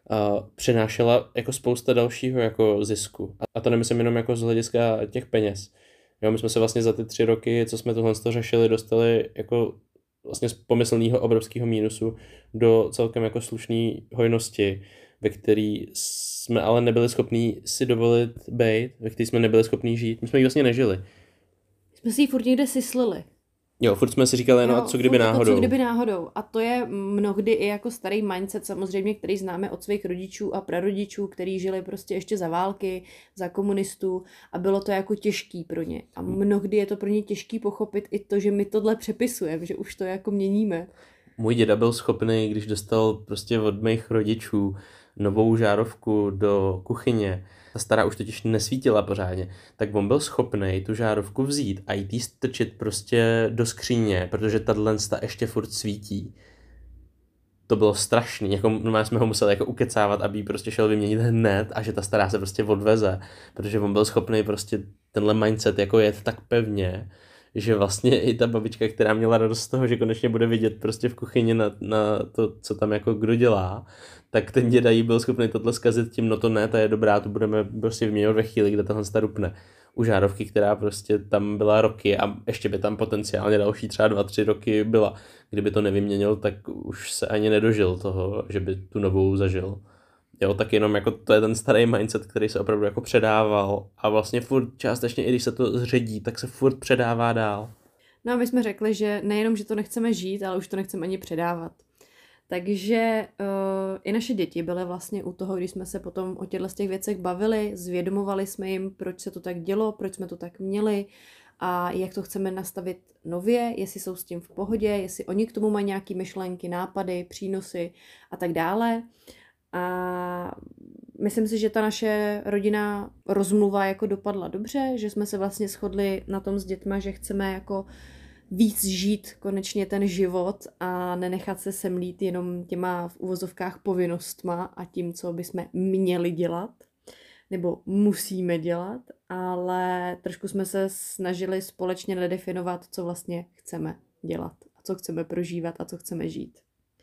přinášela jako spousta dalšího jako zisku. A to nemyslím jenom jako z hlediska těch peněz. Jo, my jsme se vlastně za ty 3 roky, co jsme tohle řešili, dostali jako vlastně z pomyslného obrovského mínusu do celkem jako slušné hojnosti, ve který jsme ale nebyli schopní si dovolit bejt, ve který jsme nebyli schopní žít. My jsme ji vlastně nežili. Jsme si ji furt někde syslili. Jo, furt jsme si říkali, no a co kdyby náhodou. Co kdyby náhodou. A to je mnohdy i jako starý mindset samozřejmě, který známe od svých rodičů a prarodičů, kteří žili prostě ještě za války, za komunistů a bylo to jako těžký pro ně. A mnohdy je to pro ně těžký pochopit i to, že my tohle přepisujeme, že už to jako měníme. Můj děda byl schopný, když dostal prostě od mých rodičů novou žárovku do kuchyně, ta stará už totiž nesvítila pořádně, tak on byl schopný tu žárovku vzít a jít jí strčit prostě do skříně, protože tato ještě furt svítí. To bylo strašný, jako normálně jsme ho museli jako ukecávat, aby ji prostě šel vyměnit hned a že ta stará se prostě odveze, protože on byl schopný prostě tenhle mindset jako jet tak pevně, že vlastně i ta babička, která měla radost z toho, že konečně bude vidět prostě v kuchyni na to, co tam jako kdo dělá, tak ten děda jí byl schopný tohle zkazit tím, no to ne, ta je dobrá, tu budeme prostě vyměňovat ve chvíli, kde tahle rupne. U žárovky, která prostě tam byla roky a ještě by tam potenciálně další třeba 2-3 roky byla. Kdyby to nevyměnil, tak už se ani nedožil toho, že by tu novou zažil. Jo, tak jenom jako to je ten starý mindset, který se opravdu jako předával a vlastně furt částečně, i když se to zředí, tak se furt předává dál. No a my jsme řekli, že nejenom, že to nechceme žít, ale už to nechceme ani předávat. Takže i naše děti byly vlastně u toho, když jsme se potom o těchto těch věcech bavili, zvědomovali jsme jim, proč se to tak dělo, proč jsme to tak měli a jak to chceme nastavit nově, jestli jsou s tím v pohodě, jestli oni k tomu mají nějaké myšlenky, nápady, přínosy a tak dále. A myslím si, že ta naše rodinná rozmluva jako dopadla dobře, že jsme se vlastně shodli na tom s dětma, že chceme jako víc žít konečně ten život a nenechat se semlít jenom těma v uvozovkách povinnostma a tím, co bychom měli dělat nebo musíme dělat, ale trošku jsme se snažili společně nadefinovat, co vlastně chceme dělat a co chceme prožívat a co chceme žít.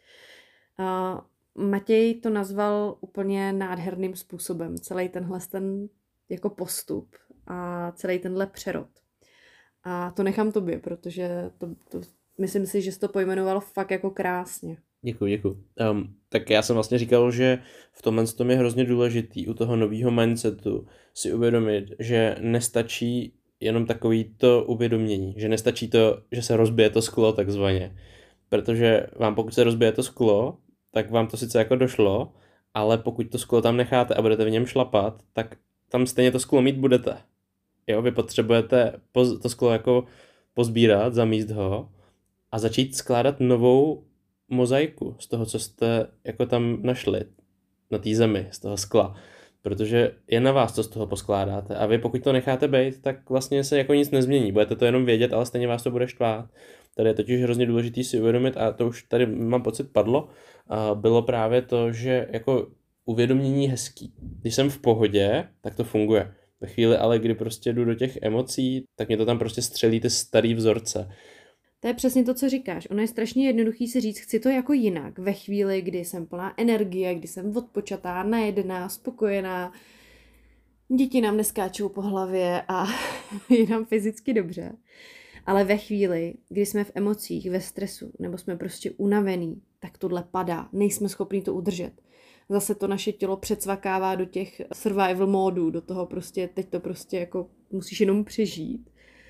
Matěj to nazval úplně nádherným způsobem, celý tenhle ten jako postup a celý tenhle přerod. A to nechám tobě, protože to myslím si, že jsi to pojmenoval fakt jako krásně. Děkuji. Tak já jsem vlastně říkal, že v tomhle tom je hrozně důležitý u toho nového mindsetu si uvědomit, že nestačí jenom takový to uvědomění, že nestačí to, že se rozbije to sklo takzvaně, protože vám pokud se rozbije to sklo, tak vám to sice jako došlo, ale pokud to sklo tam necháte a budete v něm šlapat, tak tam stejně to sklo mít budete. Jo, vy potřebujete to sklo jako pozbírat, zamíst ho a začít skládat novou mozaiku z toho, co jste jako tam našli na té zemi, z toho skla. Protože je na vás, co z toho poskládáte. A vy pokud to necháte být, tak vlastně se jako nic nezmění. Budete to jenom vědět, ale stejně vás to bude štvát. Tady je totiž hrozně důležité si uvědomit, a to už tady mám pocit padlo, bylo právě to, že jako uvědomění hezký. Když jsem v pohodě, tak to funguje. Ve chvíli ale, kdy prostě jdu do těch emocí, tak mě to tam prostě střelí ty starý vzorce. To je přesně to, co říkáš. Ono je strašně jednoduchý si říct, chci to jako jinak. Ve chvíli, kdy jsem plná energie, kdy jsem odpočatá, najedená, spokojená, děti nám neskáčou po hlavě a je nám fyzicky dobře. Ale ve chvíli, kdy jsme v emocích, ve stresu, nebo jsme prostě unavení, tak tohle padá. Nejsme schopni to udržet. Zase to naše tělo přecvakává do těch survival módů, do toho prostě, teď to prostě jako musíš jenom přežít.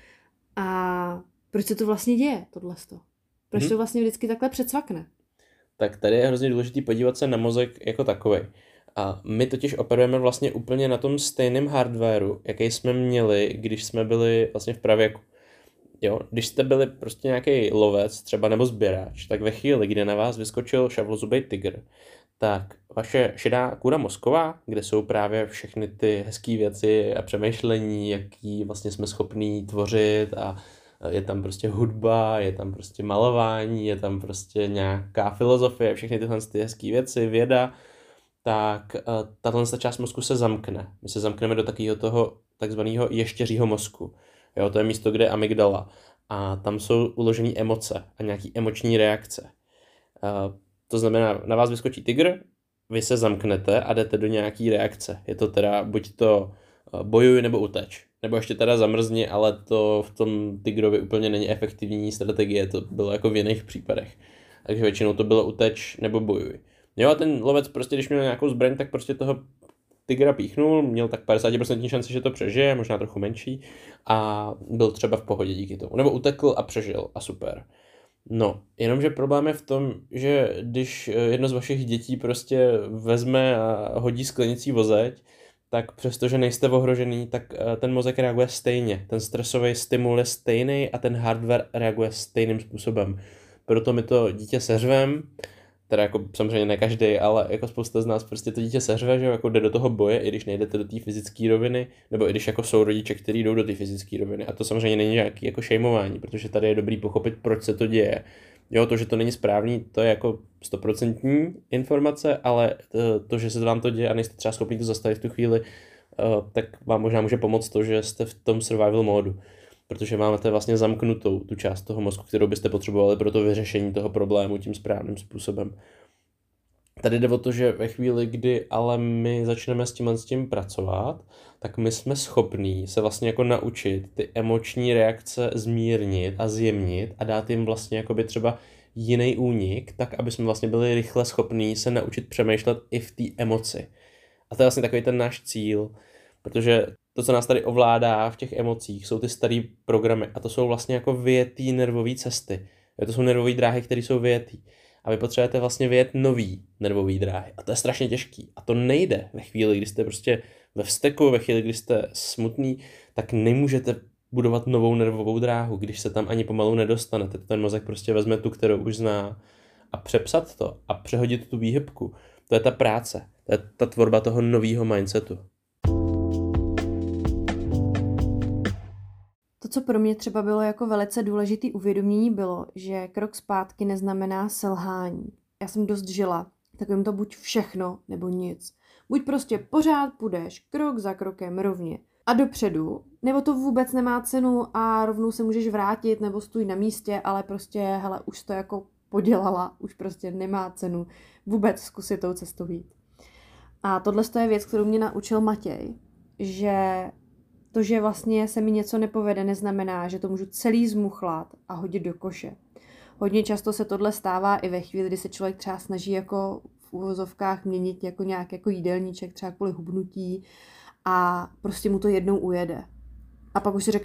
A proč se to vlastně děje, tohleto? Proč to vlastně vždycky takhle přecvakne? Tak tady je hrozně důležité podívat se na mozek jako takovej. A my totiž operujeme vlastně úplně na tom stejném hardwareu, jaký jsme měli, když jsme byli vlastně v pravěku. Jo, když jste byli prostě nějaký lovec třeba nebo sběrač, tak ve chvíli, kdy na vás vyskočil šavlozubý tygr, tak vaše šedá kůra mozková, kde jsou právě všechny ty hezké věci a přemýšlení, jaký vlastně jsme schopní tvořit a je tam prostě hudba, je tam prostě malování, je tam prostě nějaká filozofie, všechny tyhle ty hezké věci, věda, tak tato část mozku se zamkne. My se zamkneme do takového toho takzvaného ještěřího mozku. Jo, to je místo, kde je amygdala. A tam jsou uložené emoce a nějaký emoční reakce. To znamená, na vás vyskočí tygr, vy se zamknete a jdete do nějaký reakce. Je to teda buď to bojuj nebo uteč. Nebo ještě teda zamrzni, ale to v tom tygrovi úplně není efektivní strategie, to bylo jako v jiných případech. Takže většinou to bylo uteč nebo bojuj. Jo a ten lovec prostě, když měl nějakou zbraň, tak prostě toho tygra píchnul, měl tak 50% šanci, že to přežije, možná trochu menší a byl třeba v pohodě díky tomu. Nebo utekl a přežil a super. No, jenomže problém je v tom, že když jedno z vašich dětí prostě vezme a hodí sklenicí vozeď, tak přestože nejste ohrožený, tak ten mozek reaguje stejně. Ten stresový stimul je stejný a ten hardware reaguje stejným způsobem. Proto my to dítě seřvem, teda jako samozřejmě ne každý, ale jako spousta z nás prostě to dítě seřve, že jako jde do toho boje, i když nejdete do té fyzické roviny, nebo i když jako jsou rodiče, kteří jdou do té fyzické roviny. A to samozřejmě není nějaký jako šejmování, protože tady je dobrý pochopit, proč se to děje. Jo, to, že to není správný, to je jako 100% informace, ale to, že se vám to děje a nejste třeba schopni to zastavit v tu chvíli, tak vám možná může pomoct to, že jste v tom survival módu. Protože máte vlastně zamknutou tu část toho mozku, kterou byste potřebovali pro to vyřešení toho problému tím správným způsobem. Tady jde o to, že ve chvíli, kdy ale my začneme s tím pracovat, tak my jsme schopní se vlastně jako naučit ty emoční reakce zmírnit a zjemnit a dát jim vlastně jakoby třeba jiný únik, tak aby jsme vlastně byli rychle schopní se naučit přemýšlet i v té emoci. A to je vlastně takový ten náš cíl, protože to, co nás tady ovládá v těch emocích, jsou ty staré programy a to jsou vlastně jako vyjetý nervové cesty. To jsou nervové dráhy, které jsou vyjetý. A vy potřebujete vlastně vyjet nový nervové dráhy. A to je strašně těžký. A to nejde ve chvíli, kdy jste prostě ve vzteku, ve chvíli, kdy jste smutný, tak nemůžete budovat novou nervovou dráhu, když se tam ani pomalu nedostanete. Ten mozek prostě vezme tu, kterou už zná a přepsat to a přehodit tu výhybku. To je ta práce. To je ta tvorba toho nového mindsetu. To, co pro mě třeba bylo jako velice důležitý uvědomění, bylo, že krok zpátky neznamená selhání. Já jsem dost žila takovým to buď všechno, nebo nic. Buď prostě pořád půjdeš krok za krokem rovně a dopředu, nebo to vůbec nemá cenu a rovnou se můžeš vrátit, nebo stůj na místě, ale prostě, hele, už to jako podělala, už prostě nemá cenu vůbec zkusit tou cestou jít. A tohle je věc, kterou mě naučil Matěj, že to, že vlastně se mi něco nepovede, neznamená, že to můžu celý zmuchlat a hodit do koše. Hodně často se tohle stává i ve chvíli, kdy se člověk třeba snaží jako v uvozovkách měnit jako nějak jako jídelníček, třeba kvůli hubnutí a prostě mu to jednou ujede. A pak už si řekne,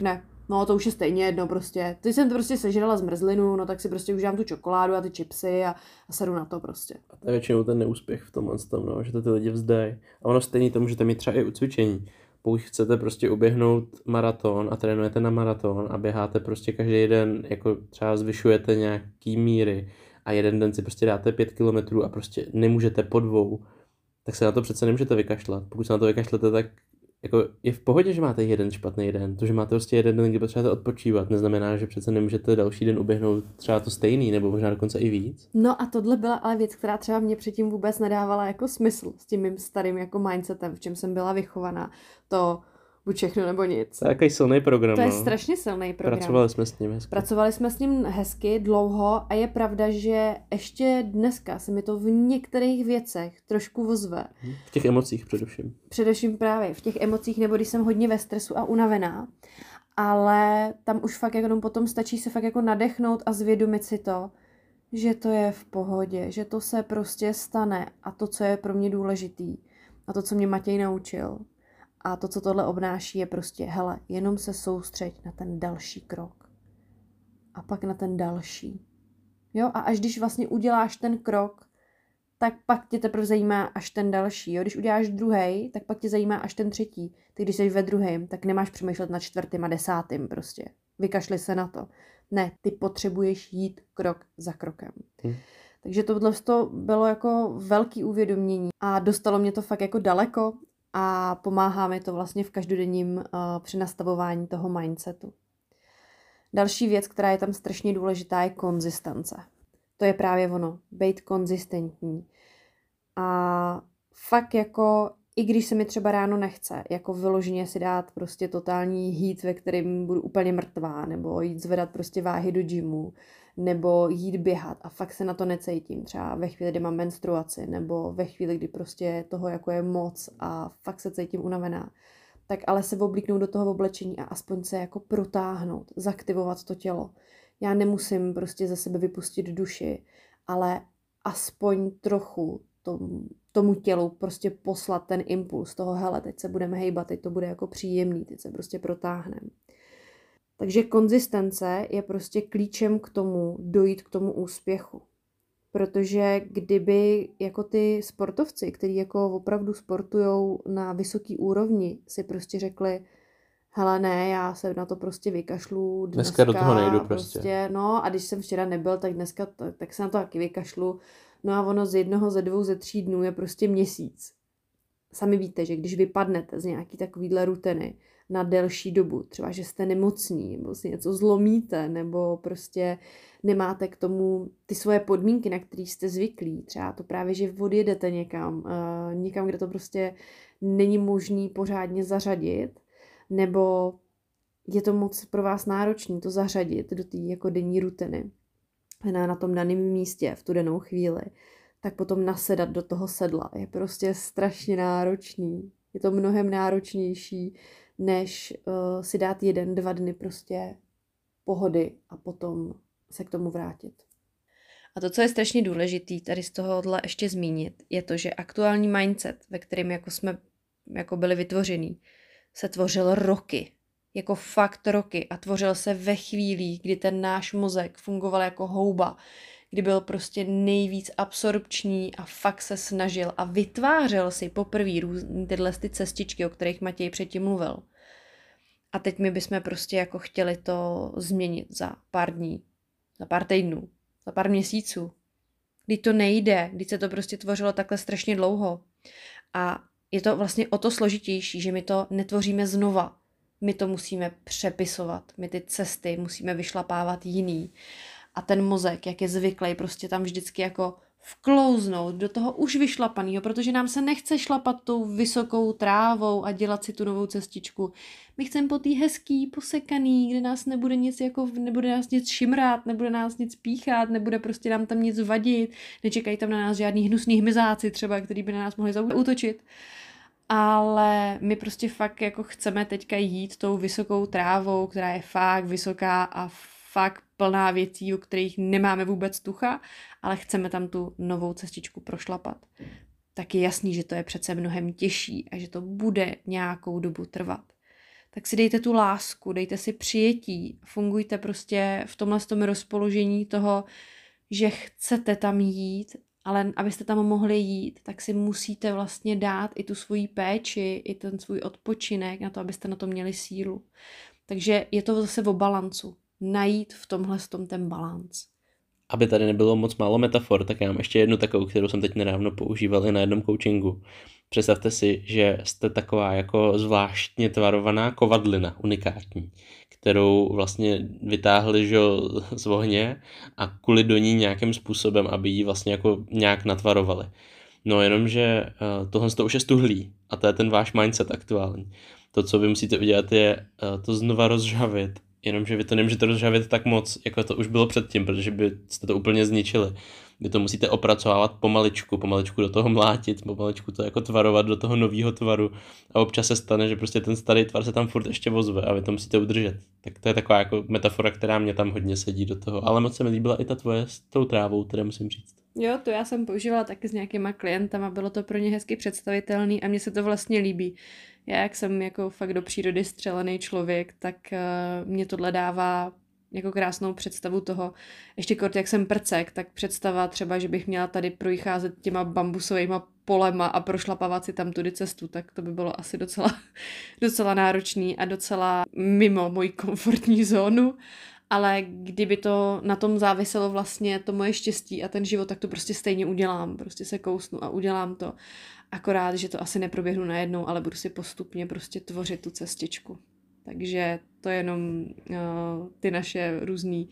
no to už je stejně jedno prostě. Teď jsem to prostě sežrala zmrzlinu, no tak si prostě užívám tu čokoládu a ty chipsy a sedu na to prostě. A to je většinou ten neúspěch v tomhle tom, no, že to ty lidi vzdají. A ono stejně to můžete mít třeba i u cvičení. Pokud chcete prostě uběhnout maraton a trénujete na maraton a běháte prostě každý den, jako třeba zvyšujete nějaký míry a jeden den si prostě dáte 5 kilometrů a prostě nemůžete po 2, tak se na to přece nemůžete vykašlat. Pokud se na to vykašlete, tak jako je v pohodě, že máte jeden špatný den. To, že máte prostě jeden den, kdy potřebujete odpočívat, neznamená, že přece nemůžete další den uběhnout třeba to stejný, nebo možná dokonce i víc. No a tohle byla ale věc, která třeba mě předtím vůbec nedávala jako smysl s tím mým starým jako mindsetem, v čem jsem byla vychovaná. To buď všechno nebo nic. To je takový silný program. To je strašně silný program. Pracovali jsme s ním hezky. Pracovali jsme s ním hezky, dlouho a je pravda, že ještě dneska se mi to v některých věcech trošku ozve. V těch emocích především. Především právě v těch emocích, nebo když jsem hodně ve stresu a unavená. Ale tam už fakt jenom potom stačí se fakt jako nadechnout a zvědomit si to, že to je v pohodě, že to se prostě stane a to, co je pro mě důležitý a to, co mě Matěj naučil a to, co tohle obnáší, je prostě, hele, jenom se soustřeď na ten další krok a pak na ten další. Jo, a až když vlastně uděláš ten krok, tak pak tě teprve zajímá až ten další. Jo? Když uděláš druhej, tak pak tě zajímá až ten třetí. Ty když jsi ve druhém, tak nemáš přemýšlet nad 4. a 10. prostě. Vykašli se na to. Ne, ty potřebuješ jít krok za krokem. Takže tohle bylo jako velký uvědomění a dostalo mě to fakt jako daleko a pomáhá mi to vlastně v každodenním přenastavování toho mindsetu. Další věc, která je tam strašně důležitá, je konzistence. To je právě ono, být konzistentní. A fakt jako, i když se mi třeba ráno nechce, jako vyloženě si dát prostě totální heat, ve kterém budu úplně mrtvá, nebo jít zvedat prostě váhy do gymu, nebo jít běhat a fakt se na to necítím, třeba ve chvíli, kdy mám menstruaci, nebo ve chvíli, kdy prostě toho jako je moc a fakt se cítím unavená, tak ale se oblíknout do toho oblečení a aspoň se jako protáhnout, zaktivovat to tělo. Já nemusím prostě ze sebe vypustit duši, ale aspoň trochu tomu tělu prostě poslat ten impuls toho, hele, teď se budeme hejbat, teď to bude jako příjemný, teď se prostě protáhneme. Takže konzistence je prostě klíčem k tomu dojít k tomu úspěchu. Protože kdyby jako ty sportovci, kteří jako opravdu sportujou na vysoký úrovni, si prostě řekli, hele ne, já se na to prostě vykašlu. Dneska do toho nejdu prostě. No a když jsem včera nebyl, tak dneska tak se na to taky vykašlu. No a ono z 1, ze 2, ze 3 dnů je prostě měsíc. Sami víte, že když vypadnete z nějaký takovýhle rutiny na delší dobu, třeba že jste nemocní, nebo si něco zlomíte, nebo prostě nemáte k tomu ty svoje podmínky, na které jste zvyklí, třeba to právě, že odjedete někam, kde to prostě není možný pořádně zařadit, nebo je to moc pro vás náročné to zařadit do té jako denní rutiny na tom daném místě v tu danou chvíli, tak potom nasedat do toho sedla je prostě strašně náročný. Je to mnohem náročnější, než si dát 1, 2 dny prostě pohody a potom se k tomu vrátit. A to, co je strašně důležitý tady z tohohle ještě zmínit, je to, že aktuální mindset, ve kterém jako jsme jako byli vytvořený, se tvořil roky. Jako fakt roky. A tvořil se ve chvílích, kdy ten náš mozek fungoval jako houba, kdy byl prostě nejvíc absorpční a fakt se snažil a vytvářel si poprvé tyhle ty cestičky, o kterých Matěj předtím mluvil. A teď my bychom prostě jako chtěli to změnit za pár dní, za pár týdnů, za pár měsíců. Kdy to nejde, kdy se to prostě tvořilo takhle strašně dlouho. A je to vlastně o to složitější, že my to netvoříme znova. My to musíme přepisovat, my ty cesty musíme vyšlapávat jiný. A ten mozek, jak je zvyklý, prostě tam vždycky jako vklouznout do toho už vyšlapanýho, protože nám se nechce šlapat tou vysokou trávou a dělat si tu novou cestičku. My chceme po té hezký, posekaný, kde nás nebude nás nic šimrát, nebude nás nic píchat, nebude prostě nám tam nic vadit, nečekají tam na nás žádný hnusný hmyzáci třeba, který by na nás mohli zaútočit. Ale my prostě fakt jako chceme teďka jít tou vysokou trávou, která je fakt vysoká a fakt plná věcí, o kterých nemáme vůbec tucha, ale chceme tam tu novou cestičku prošlapat. Tak je jasný, že to je přece mnohem těžší a že to bude nějakou dobu trvat. tak si dejte tu lásku, dejte si přijetí, fungujte prostě v tomhle tom rozpoložení toho, že chcete tam jít, ale abyste tam mohli jít, tak si musíte vlastně dát i tu svoji péči, i ten svůj odpočinek na to, abyste na to měli sílu. Takže je to zase o balancu. Najít v tomhle tom ten balanc. Aby tady nebylo moc málo metafor, tak já mám ještě jednu takovou, kterou jsem teď nedávno používal i na jednom coachingu. Představte si, že jste taková jako zvláštně tvarovaná kovadlina, unikátní, kterou vlastně vytáhli z ohně a kuli do ní nějakým způsobem, aby ji vlastně jako nějak natvarovali. No jenomže tohle to už je stuhlý a to je ten váš mindset aktuální. To, co vy musíte udělat, je to znova rozžhavit. Jenomže vy to nemůžete rozžhavit tak moc, jako to už bylo předtím, protože byste to úplně zničili. Vy to musíte opracovávat pomaličku do toho mlátit, pomaličku to jako tvarovat do toho nového tvaru a občas se stane, že prostě ten starý tvar se tam furt ještě ozve a vy to musíte udržet. Tak to je taková jako metafora, která mě tam hodně sedí do toho, ale moc se mi líbila i ta tvoje s tou trávou, teda musím říct. Jo, to já jsem používala taky s nějakýma klientama, bylo to pro ně hezky představitelný a mně se to vlastně líbí. Já, jak jsem jako fakt do přírody střelený člověk, tak mě tohle dává jako krásnou představu toho. Ještě kort, jak jsem prcek, tak představa třeba, že bych měla tady procházet těma bambusovýma polema a prošlapávat si tam tudy cestu, tak to by bylo asi docela náročný a docela mimo moji komfortní zónu. Ale kdyby to na tom záviselo vlastně to moje štěstí a ten život, tak to prostě stejně udělám. Prostě se kousnu a udělám to. Akorát, že to asi neproběhnu najednou, ale budu si postupně prostě tvořit tu cestičku. Takže to je jenom ty naše různé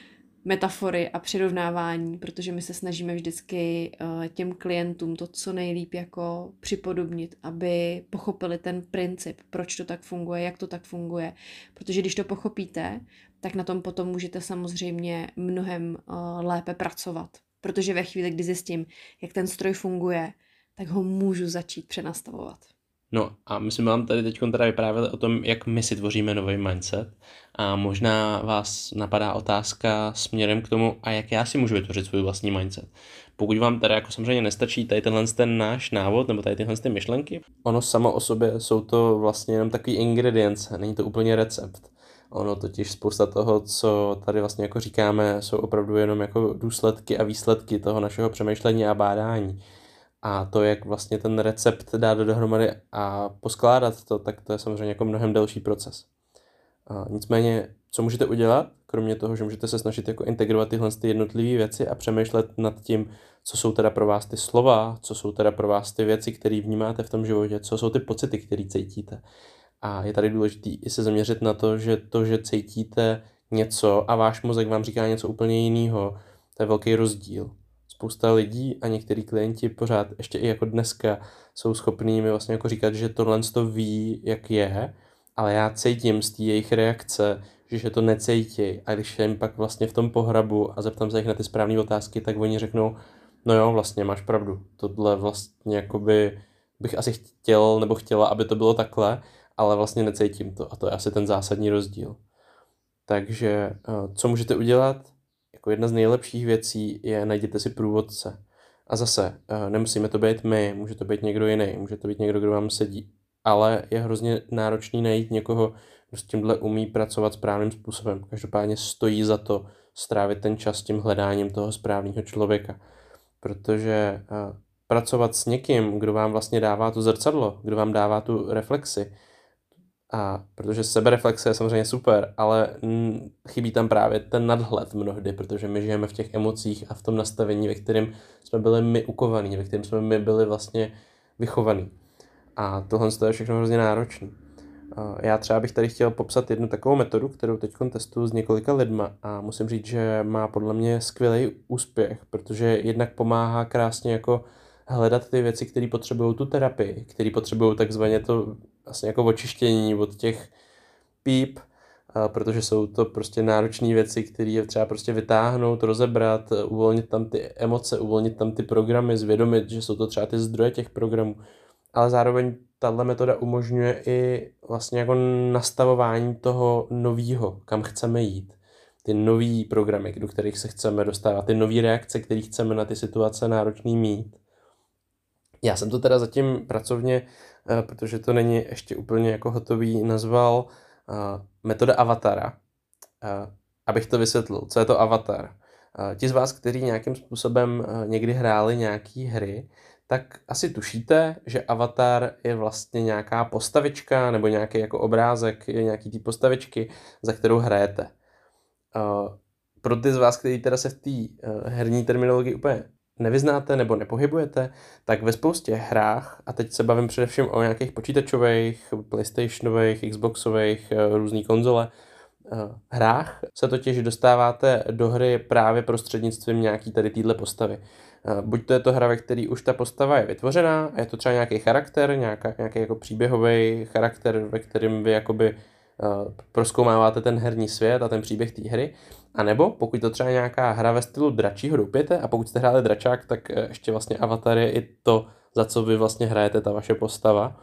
metafory a přirovnávání, protože my se snažíme vždycky těm klientům to co nejlíp jako připodobnit, aby pochopili ten princip, proč to tak funguje, jak to tak funguje. Protože když to pochopíte, tak na tom potom můžete samozřejmě mnohem lépe pracovat. Protože ve chvíli, kdy zjistím, jak ten stroj funguje, tak ho můžu začít přenastavovat. No a my jsme vám tady teď teda vyprávěli o tom, jak my si tvoříme nový mindset a možná vás napadá otázka směrem k tomu, a jak já si můžu vytvořit svůj vlastní mindset. Pokud vám teda jako samozřejmě nestačí tady ten náš návod nebo tady tyhle myšlenky, ono samo o sobě jsou to vlastně jenom takový ingredience, není to úplně recept. Ono totiž spousta toho, co tady vlastně jako říkáme, jsou opravdu jenom jako důsledky a výsledky toho našeho přemýšlení a bádání. A to, jak vlastně ten recept dát dohromady a poskládat to, tak to je samozřejmě jako mnohem delší proces. Nicméně, co můžete udělat, kromě toho, že můžete se snažit jako integrovat tyhle jednotlivé věci a přemýšlet nad tím, co jsou teda pro vás ty slova, co jsou teda pro vás ty věci, které vnímáte v tom životě, co jsou ty pocity, které cítíte. A je tady důležité i se zaměřit na to, že cítíte něco a váš mozek vám říká něco úplně jiného, to je velký rozdíl. Spousta lidí a některý klienti pořád, ještě i jako dneska, jsou schopní mi vlastně jako říkat, že tohle to ví, jak je, ale já cítím z té jejich reakce, že to necítí. A když jim pak vlastně v tom pohrabu a zeptám se jich na ty správné otázky, tak oni řeknou, no jo, vlastně máš pravdu. Tohle vlastně jakoby bych asi chtěl nebo chtěla, aby to bylo takhle, ale vlastně necítím to. A to je asi ten zásadní rozdíl. Takže co můžete udělat? Jako jedna z nejlepších věcí je najděte si průvodce. A zase, nemusíme to být my, může to být někdo jiný, může to být někdo, kdo vám sedí. Ale je hrozně náročný najít někoho, kdo s tímhle umí pracovat správným způsobem. Každopádně stojí za to strávit ten čas tím hledáním toho správného člověka. Protože pracovat s někým, kdo vám vlastně dává tu zrcadlo, kdo vám dává tu reflexi, a protože sebereflexe je samozřejmě super, ale chybí tam právě ten nadhled mnohdy, protože my žijeme v těch emocích a v tom nastavení, ve kterém jsme byli my ukovaní, ve kterém jsme my byli vlastně vychovaní. A tohle je všechno hrozně náročné. Já třeba bych tady chtěl popsat jednu takovou metodu, kterou teď testuju s několika lidma a musím říct, že má podle mě skvělý úspěch, protože jednak pomáhá krásně jako hledat ty věci, které potřebují tu terapii, které potřebují takzvaně to vlastně jako očištění od těch píp, protože jsou to prostě náročné věci, které je třeba prostě vytáhnout, rozebrat, uvolnit tam ty emoce, uvolnit tam ty programy, zvědomit, že jsou to třeba ty zdroje těch programů. Ale zároveň tahle metoda umožňuje i vlastně jako nastavování toho novýho, kam chceme jít. Ty nový programy, do kterých se chceme dostávat, ty nový reakce, které chceme na ty situace náročný mít. Já jsem to teda zatím pracovně protože to není ještě úplně jako hotový, nazval metoda avatara. Abych to vysvětlil, co je to avatar. Ti z vás, kteří nějakým způsobem někdy hráli nějaký hry, tak asi tušíte, že avatar je vlastně nějaká postavička nebo nějaký jako obrázek je nějaký ty postavičky, za kterou hrajete. Pro ty z vás, kteří teda se v té herní terminologii úplně nevyznáte nebo nepohybujete, tak ve spoustě hrách, a teď se bavím především o nějakých počítačových, PlayStationových, Xboxových, různý konzole, hrách se totiž dostáváte do hry právě prostřednictvím nějaký tady téhle postavy. Buď to je to hra, ve které už ta postava je vytvořená, je to třeba nějaký charakter, nějaký jako příběhový charakter, ve kterém vy jakoby prozkoumáváte ten herní svět a ten příběh té hry. A nebo pokud to třeba nějaká hra ve stylu dračího doupěte a pokud jste hráli dračák, tak ještě vlastně avatar je i to, za co vy vlastně hrajete, ta vaše postava.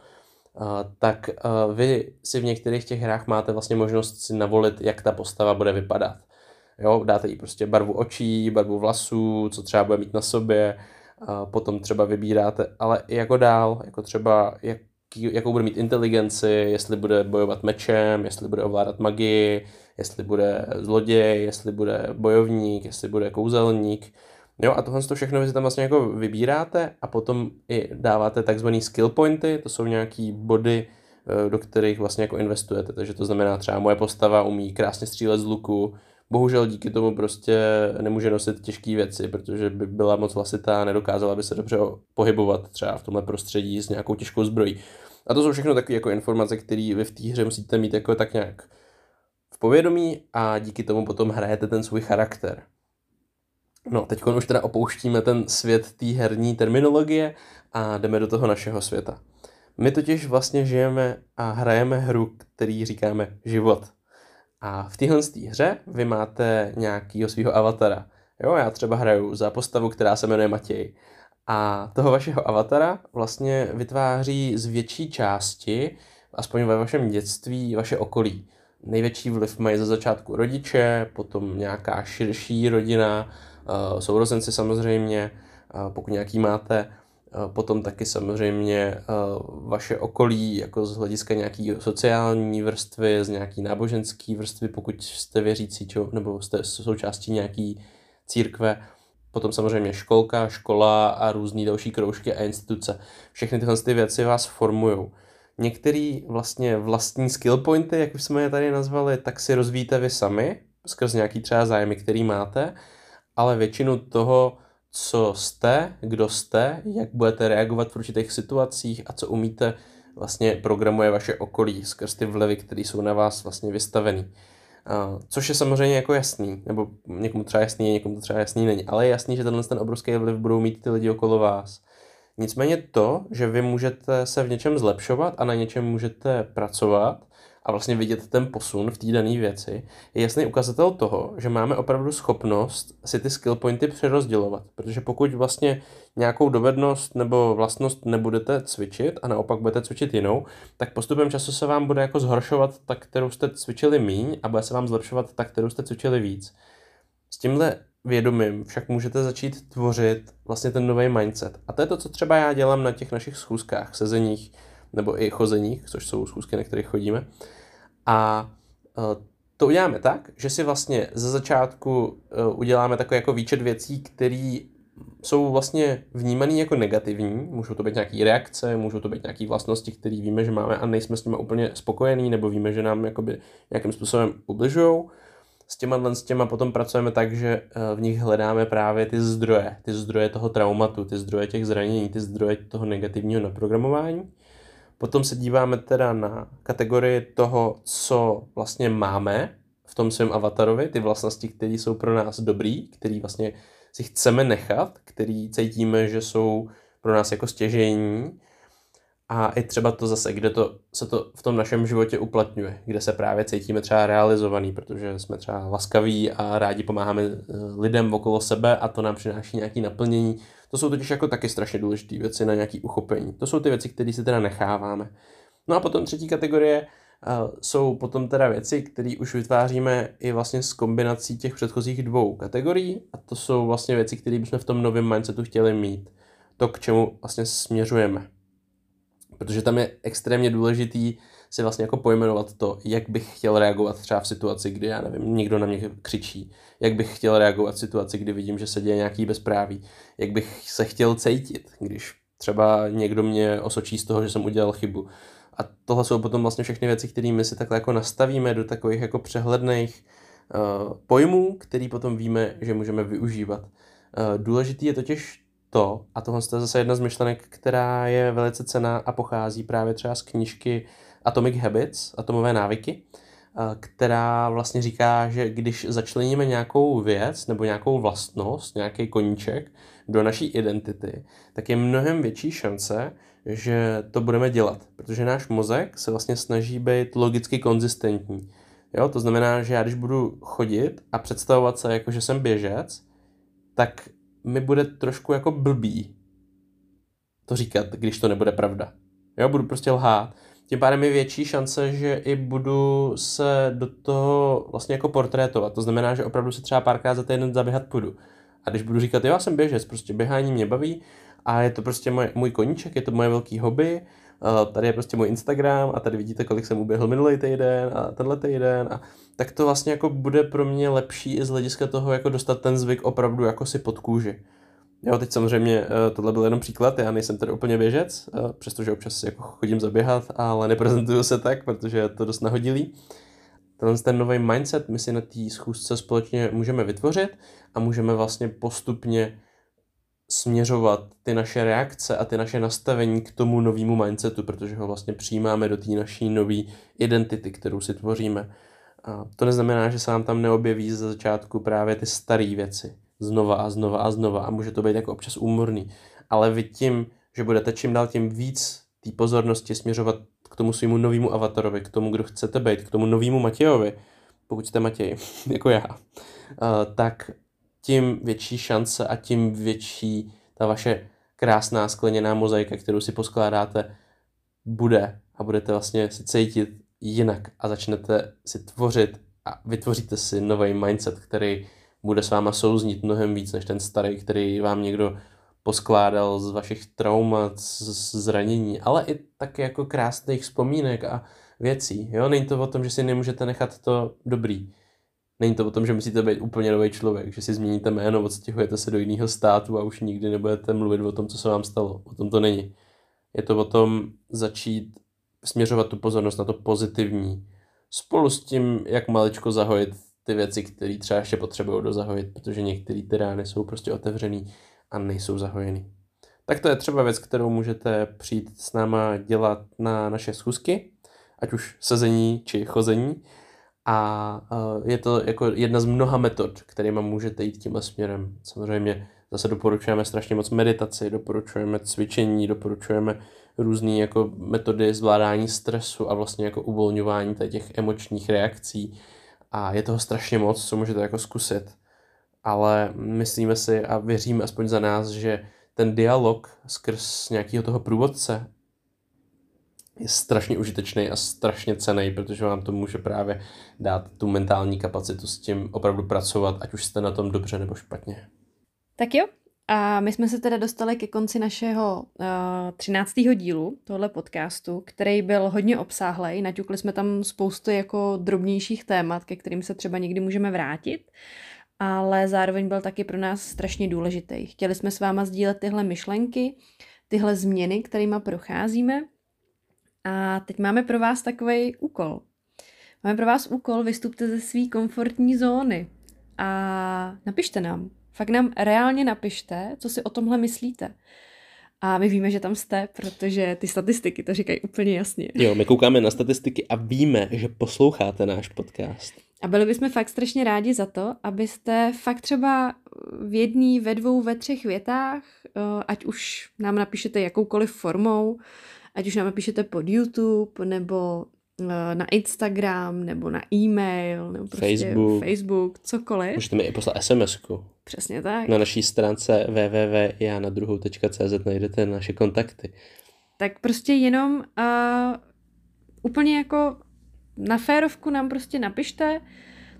Tak vy si v některých těch hrách máte vlastně možnost si navolit, jak ta postava bude vypadat. Jo, dáte jí prostě barvu očí, barvu vlasů, co třeba bude mít na sobě, potom třeba vybíráte, ale i jako dál, jako třeba jakou bude mít inteligenci, jestli bude bojovat mečem, jestli bude ovládat magii, jestli bude zloděj, jestli bude bojovník, jestli bude kouzelník. Jo, a tohle všechno vy si tam vlastně jako vybíráte a potom i dáváte takzvaný skill pointy, to jsou nějaký body, do kterých vlastně jako investujete, takže to znamená třeba moje postava umí krásně střílet z luku, bohužel díky tomu prostě nemůže nosit těžké věci, protože by byla moc hlasitá a nedokázala by se dobře pohybovat třeba v tomhle prostředí s nějakou těžkou zbrojí. A to jsou všechno takové jako informace, které vy v té hře musíte mít jako tak nějak v povědomí a díky tomu potom hrajete ten svůj charakter. No, teď už teda opouštíme ten svět té herní terminologie a jdeme do toho našeho světa. My totiž vlastně žijeme a hrajeme hru, který říkáme život. A v téhle hře vy máte nějakýho svého avatara. Jo, já třeba hraju za postavu, která se jmenuje Matěj. A toho vašeho avatara vlastně vytváří z větší části, aspoň ve vašem dětství, vaše okolí. Největší vliv mají ze začátku rodiče, potom nějaká širší rodina, sourozenci samozřejmě, pokud nějaký máte, potom taky samozřejmě vaše okolí, jako z hlediska nějaký sociální vrstvy, z nějaký náboženský vrstvy, pokud jste věřící nebo jste součástí nějaký církve, potom samozřejmě školka, škola a různý další kroužky a instituce. Všechny tyhle ty věci vás formujou. Některý vlastně vlastní skill pointy, jak už jsme je tady nazvali, tak si rozvíjíte vy sami, skrz nějaký třeba zájmy, který máte, ale většinu toho, co jste, kdo jste, jak budete reagovat v určitých situacích a co umíte, vlastně programuje vaše okolí skrz ty vlivy, které jsou na vás vlastně vystavený. Což je samozřejmě jako jasný, nebo někomu třeba jasný, někomu třeba jasný není, ale je jasný, že ten obrovský vliv budou mít ty lidi okolo vás. Nicméně to, že vy můžete se v něčem zlepšovat a na něčem můžete pracovat a vlastně vidět ten posun v té dané věci, je jasný ukazatel toho, že máme opravdu schopnost si ty skill pointy přerozdělovat. Protože pokud vlastně nějakou dovednost nebo vlastnost nebudete cvičit a naopak budete cvičit jinou, tak postupem času se vám bude jako zhoršovat ta, kterou jste cvičili míň a bude se vám zlepšovat ta, kterou jste cvičili víc. S tímhle vědomím však můžete začít tvořit vlastně ten nový mindset. A to je to, co třeba já dělám na těch našich schůzkách, sezeních nebo i chozeních, což jsou schůzky, na kterých chodíme. A to uděláme tak, že si vlastně ze začátku uděláme takový jako výčet věcí, které jsou vlastně vnímané jako negativní. Můžou to být nějaké reakce, můžou to být nějaké vlastnosti, které víme, že máme a nejsme s nimi úplně spokojení, nebo víme, že nám jakoby nějakým způsobem ubližujou. S těma potom pracujeme tak, že v nich hledáme právě ty zdroje toho traumatu, ty zdroje těch zranění, ty zdroje toho negativního naprogramování. Potom se díváme teda na kategorii toho, co vlastně máme v tom svém avatarovi, ty vlastnosti, které jsou pro nás dobrý, které vlastně si chceme nechat, které cítíme, že jsou pro nás jako stěžejní. A i třeba to zase, kde se to v tom našem životě uplatňuje, kde se právě cítíme třeba realizovaný, protože jsme třeba laskaví a rádi pomáháme lidem okolo sebe a to nám přináší nějaké naplnění. To jsou totiž jako taky strašně důležité věci na nějaké uchopení. To jsou ty věci, které si teda necháváme. No a potom třetí kategorie jsou potom teda věci, které už vytváříme i vlastně s kombinací těch předchozích dvou kategorií a to jsou vlastně věci, které bychom v tom novém mindsetu chtěli mít. To, k čemu vlastně směřujeme. Protože tam je extrémně důležitý si vlastně jako pojmenovat to, jak bych chtěl reagovat třeba v situaci, kdy, já nevím, někdo na mě křičí, jak bych chtěl reagovat v situaci, kdy vidím, že se děje nějaký bezpráví, jak bych se chtěl cítit, když třeba někdo mě osočí z toho, že jsem udělal chybu. A tohle jsou potom vlastně všechny věci, které my si takhle jako nastavíme do takových jako přehledných pojmů, který potom víme, že můžeme využívat. Důležitý je totiž to, a tohle je zase jedna z myšlenek, která je velice cenná a pochází právě třeba z knížky Atomic Habits, atomové návyky, která vlastně říká, že když začleníme nějakou věc nebo nějakou vlastnost, nějaký koníček do naší identity, tak je mnohem větší šance, že to budeme dělat, protože náš mozek se vlastně snaží být logicky konzistentní. Jo, to znamená, že já když budu chodit a představovat se jako, že jsem běžec, tak mi bude trošku jako blbý to říkat, když to nebude pravda. Jo, budu prostě lhát. Tím pádem je větší šance, že i budu se do toho vlastně jako portrétovat. To znamená, že opravdu se třeba párkrát za týden zaběhat půjdu. A když budu říkat, jo, já jsem běžec, prostě běhání mě baví a je to prostě můj koníček, je to moje velký hobby, tady je prostě můj Instagram a tady vidíte, kolik jsem uběhl minulý týden a tenhle týden a tak to vlastně jako bude pro mě lepší i z hlediska toho, jako dostat ten zvyk opravdu jako si pod kůži. Jo, teď samozřejmě tohle byl jenom příklad, já nejsem tady úplně běžec, přestože občas jako chodím zaběhat, ale neprezentuju se tak, protože je to dost nahodilý. Ten nový mindset my si na té schůzce společně můžeme vytvořit a můžeme vlastně postupně směřovat ty naše reakce a ty naše nastavení k tomu novému mindsetu, protože ho vlastně přijímáme do té naší nové identity, kterou si tvoříme. A to neznamená, že se vám tam neobjeví ze začátku právě ty staré věci. Znova a znova a znova a může to být jako občas úmorný. Ale vy tím, že budete čím dál tím víc té pozornosti směřovat k tomu svému novému avatarovi, k tomu, kdo chcete být, k tomu novému Matějovi, pokud jste Matěj, jako já, tak tím větší šance a tím větší ta vaše krásná skleněná mozaika, kterou si poskládáte, bude a budete vlastně si cítit jinak a začnete si tvořit a vytvoříte si nový mindset, který bude s váma souznít mnohem víc než ten starý, který vám někdo poskládal z vašich traumat, z zranění, ale i taky jako krásných vzpomínek a věcí. Jo? Není to o tom, že si nemůžete nechat to dobrý. Není to o tom, že musíte být úplně nový člověk, že si změníte jméno, odstěhujete se do jiného státu a už nikdy nebudete mluvit o tom, co se vám stalo. O tom to není. Je to o tom začít směřovat tu pozornost na to pozitivní. Spolu s tím, jak maličko zahojit ty věci, které třeba ještě potřebují dozahojit, protože některé ty rány jsou prostě otevřený a nejsou zahojený. Tak to je třeba věc, kterou můžete přijít s náma dělat na naše schůzky, ať už sezení či chození. A je to jako jedna z mnoha metod, kterými můžete jít tímhle směrem. Samozřejmě zase doporučujeme strašně moc meditaci, doporučujeme cvičení, doporučujeme různé jako metody zvládání stresu a vlastně jako uvolňování těch emočních reakcí. A je toho strašně moc, co můžete jako zkusit. Ale myslíme si a věříme aspoň za nás, že ten dialog skrz nějakého toho průvodce je strašně užitečný a strašně cenný, protože vám to může právě dát tu mentální kapacitu s tím opravdu pracovat, ať už jste na tom dobře nebo špatně. Tak jo, a my jsme se teda dostali ke konci našeho 13. dílu tohle podcastu, který byl hodně obsáhlej. Naťukli jsme tam spoustu jako drobnějších témat, ke kterým se třeba někdy můžeme vrátit, ale zároveň byl taky pro nás strašně důležitý. Chtěli jsme s váma sdílet tyhle myšlenky, tyhle změny, kterýma procházíme. A teď máme pro vás takovej úkol. Máme pro vás úkol, vystupte ze své komfortní zóny a napište nám. Fakt nám reálně napište, co si o tomhle myslíte. A my víme, že tam jste, protože ty statistiky to říkají úplně jasně. Jo, my koukáme na statistiky a víme, že posloucháte náš podcast. A byli bychom fakt strašně rádi za to, abyste fakt třeba v jedné, ve dvou, ve třech větách, ať už nám napíšete jakoukoliv formou, ať už nám napíšete pod YouTube, nebo na Instagram, nebo na e-mail, nebo prostě Facebook, cokoliv. Můžete mi i poslat SMS-ku. Přesně tak. Na naší stránce www.janadruhou.cz najdete naše kontakty. Tak prostě jenom úplně jako na férovku nám prostě napište,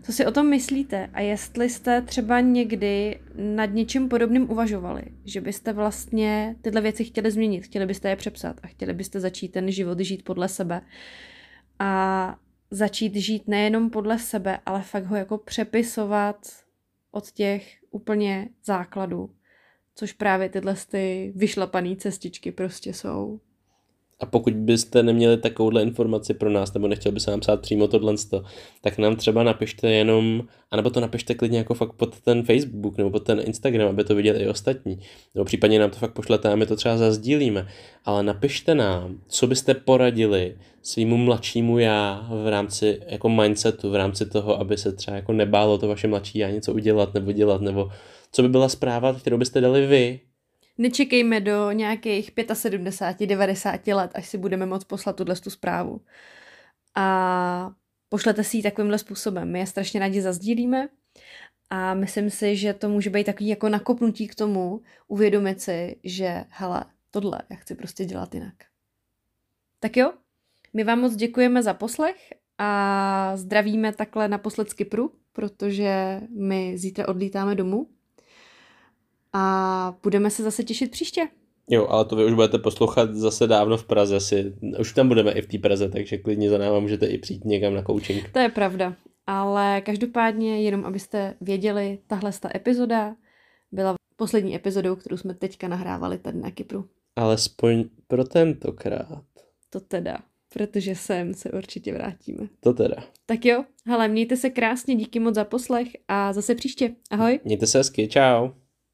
Co si o tom myslíte a jestli jste třeba někdy nad něčím podobným uvažovali, že byste vlastně tyhle věci chtěli změnit, chtěli byste je přepsat a chtěli byste začít ten život žít podle sebe a začít žít nejenom podle sebe, ale fakt ho jako přepisovat od těch úplně základů, což právě tyhle ty vyšlapané cestičky prostě jsou. A pokud byste neměli takovouhle informaci pro nás, nebo nechtěl by se nám psát přímo tohle, tak nám třeba napište jenom, anebo to napište klidně jako fakt pod ten Facebook nebo pod ten Instagram, aby to viděli i ostatní. Nebo případně nám to fakt pošlete a my to třeba zazdílíme. Ale napište nám, co byste poradili svýmu mladšímu já v rámci jako mindsetu, v rámci toho, aby se třeba jako nebálo to vaše mladší já něco udělat, nebo co by byla zpráva, kterou byste dali vy. Nečekejme do nějakých 75, 90 let, až si budeme moct poslat tuhle zprávu. A pošlete si ji takovýmhle způsobem. My je strašně rádi zazdílíme a myslím si, že to může být takový jako nakopnutí k tomu, uvědomit si, že hele, tohle já chci prostě dělat jinak. Tak jo, my vám moc děkujeme za poslech a zdravíme takhle naposled z Kypru, protože my zítra odlítáme domů. A budeme se zase těšit příště. Jo, ale to vy už budete poslouchat zase dávno v Praze. Už tam budeme i v té Praze, takže klidně za náma můžete i přijít někam na coaching. To je pravda. Ale každopádně, jenom abyste věděli, tahle epizoda byla poslední epizodou, kterou jsme teďka nahrávali tady na Kypru. Alespoň pro tentokrát. To teda, protože sem se určitě vrátíme. To teda. Tak jo, hele, mějte se krásně, díky moc za poslech a zase příště. Ahoj. Mějte se hezky, čau.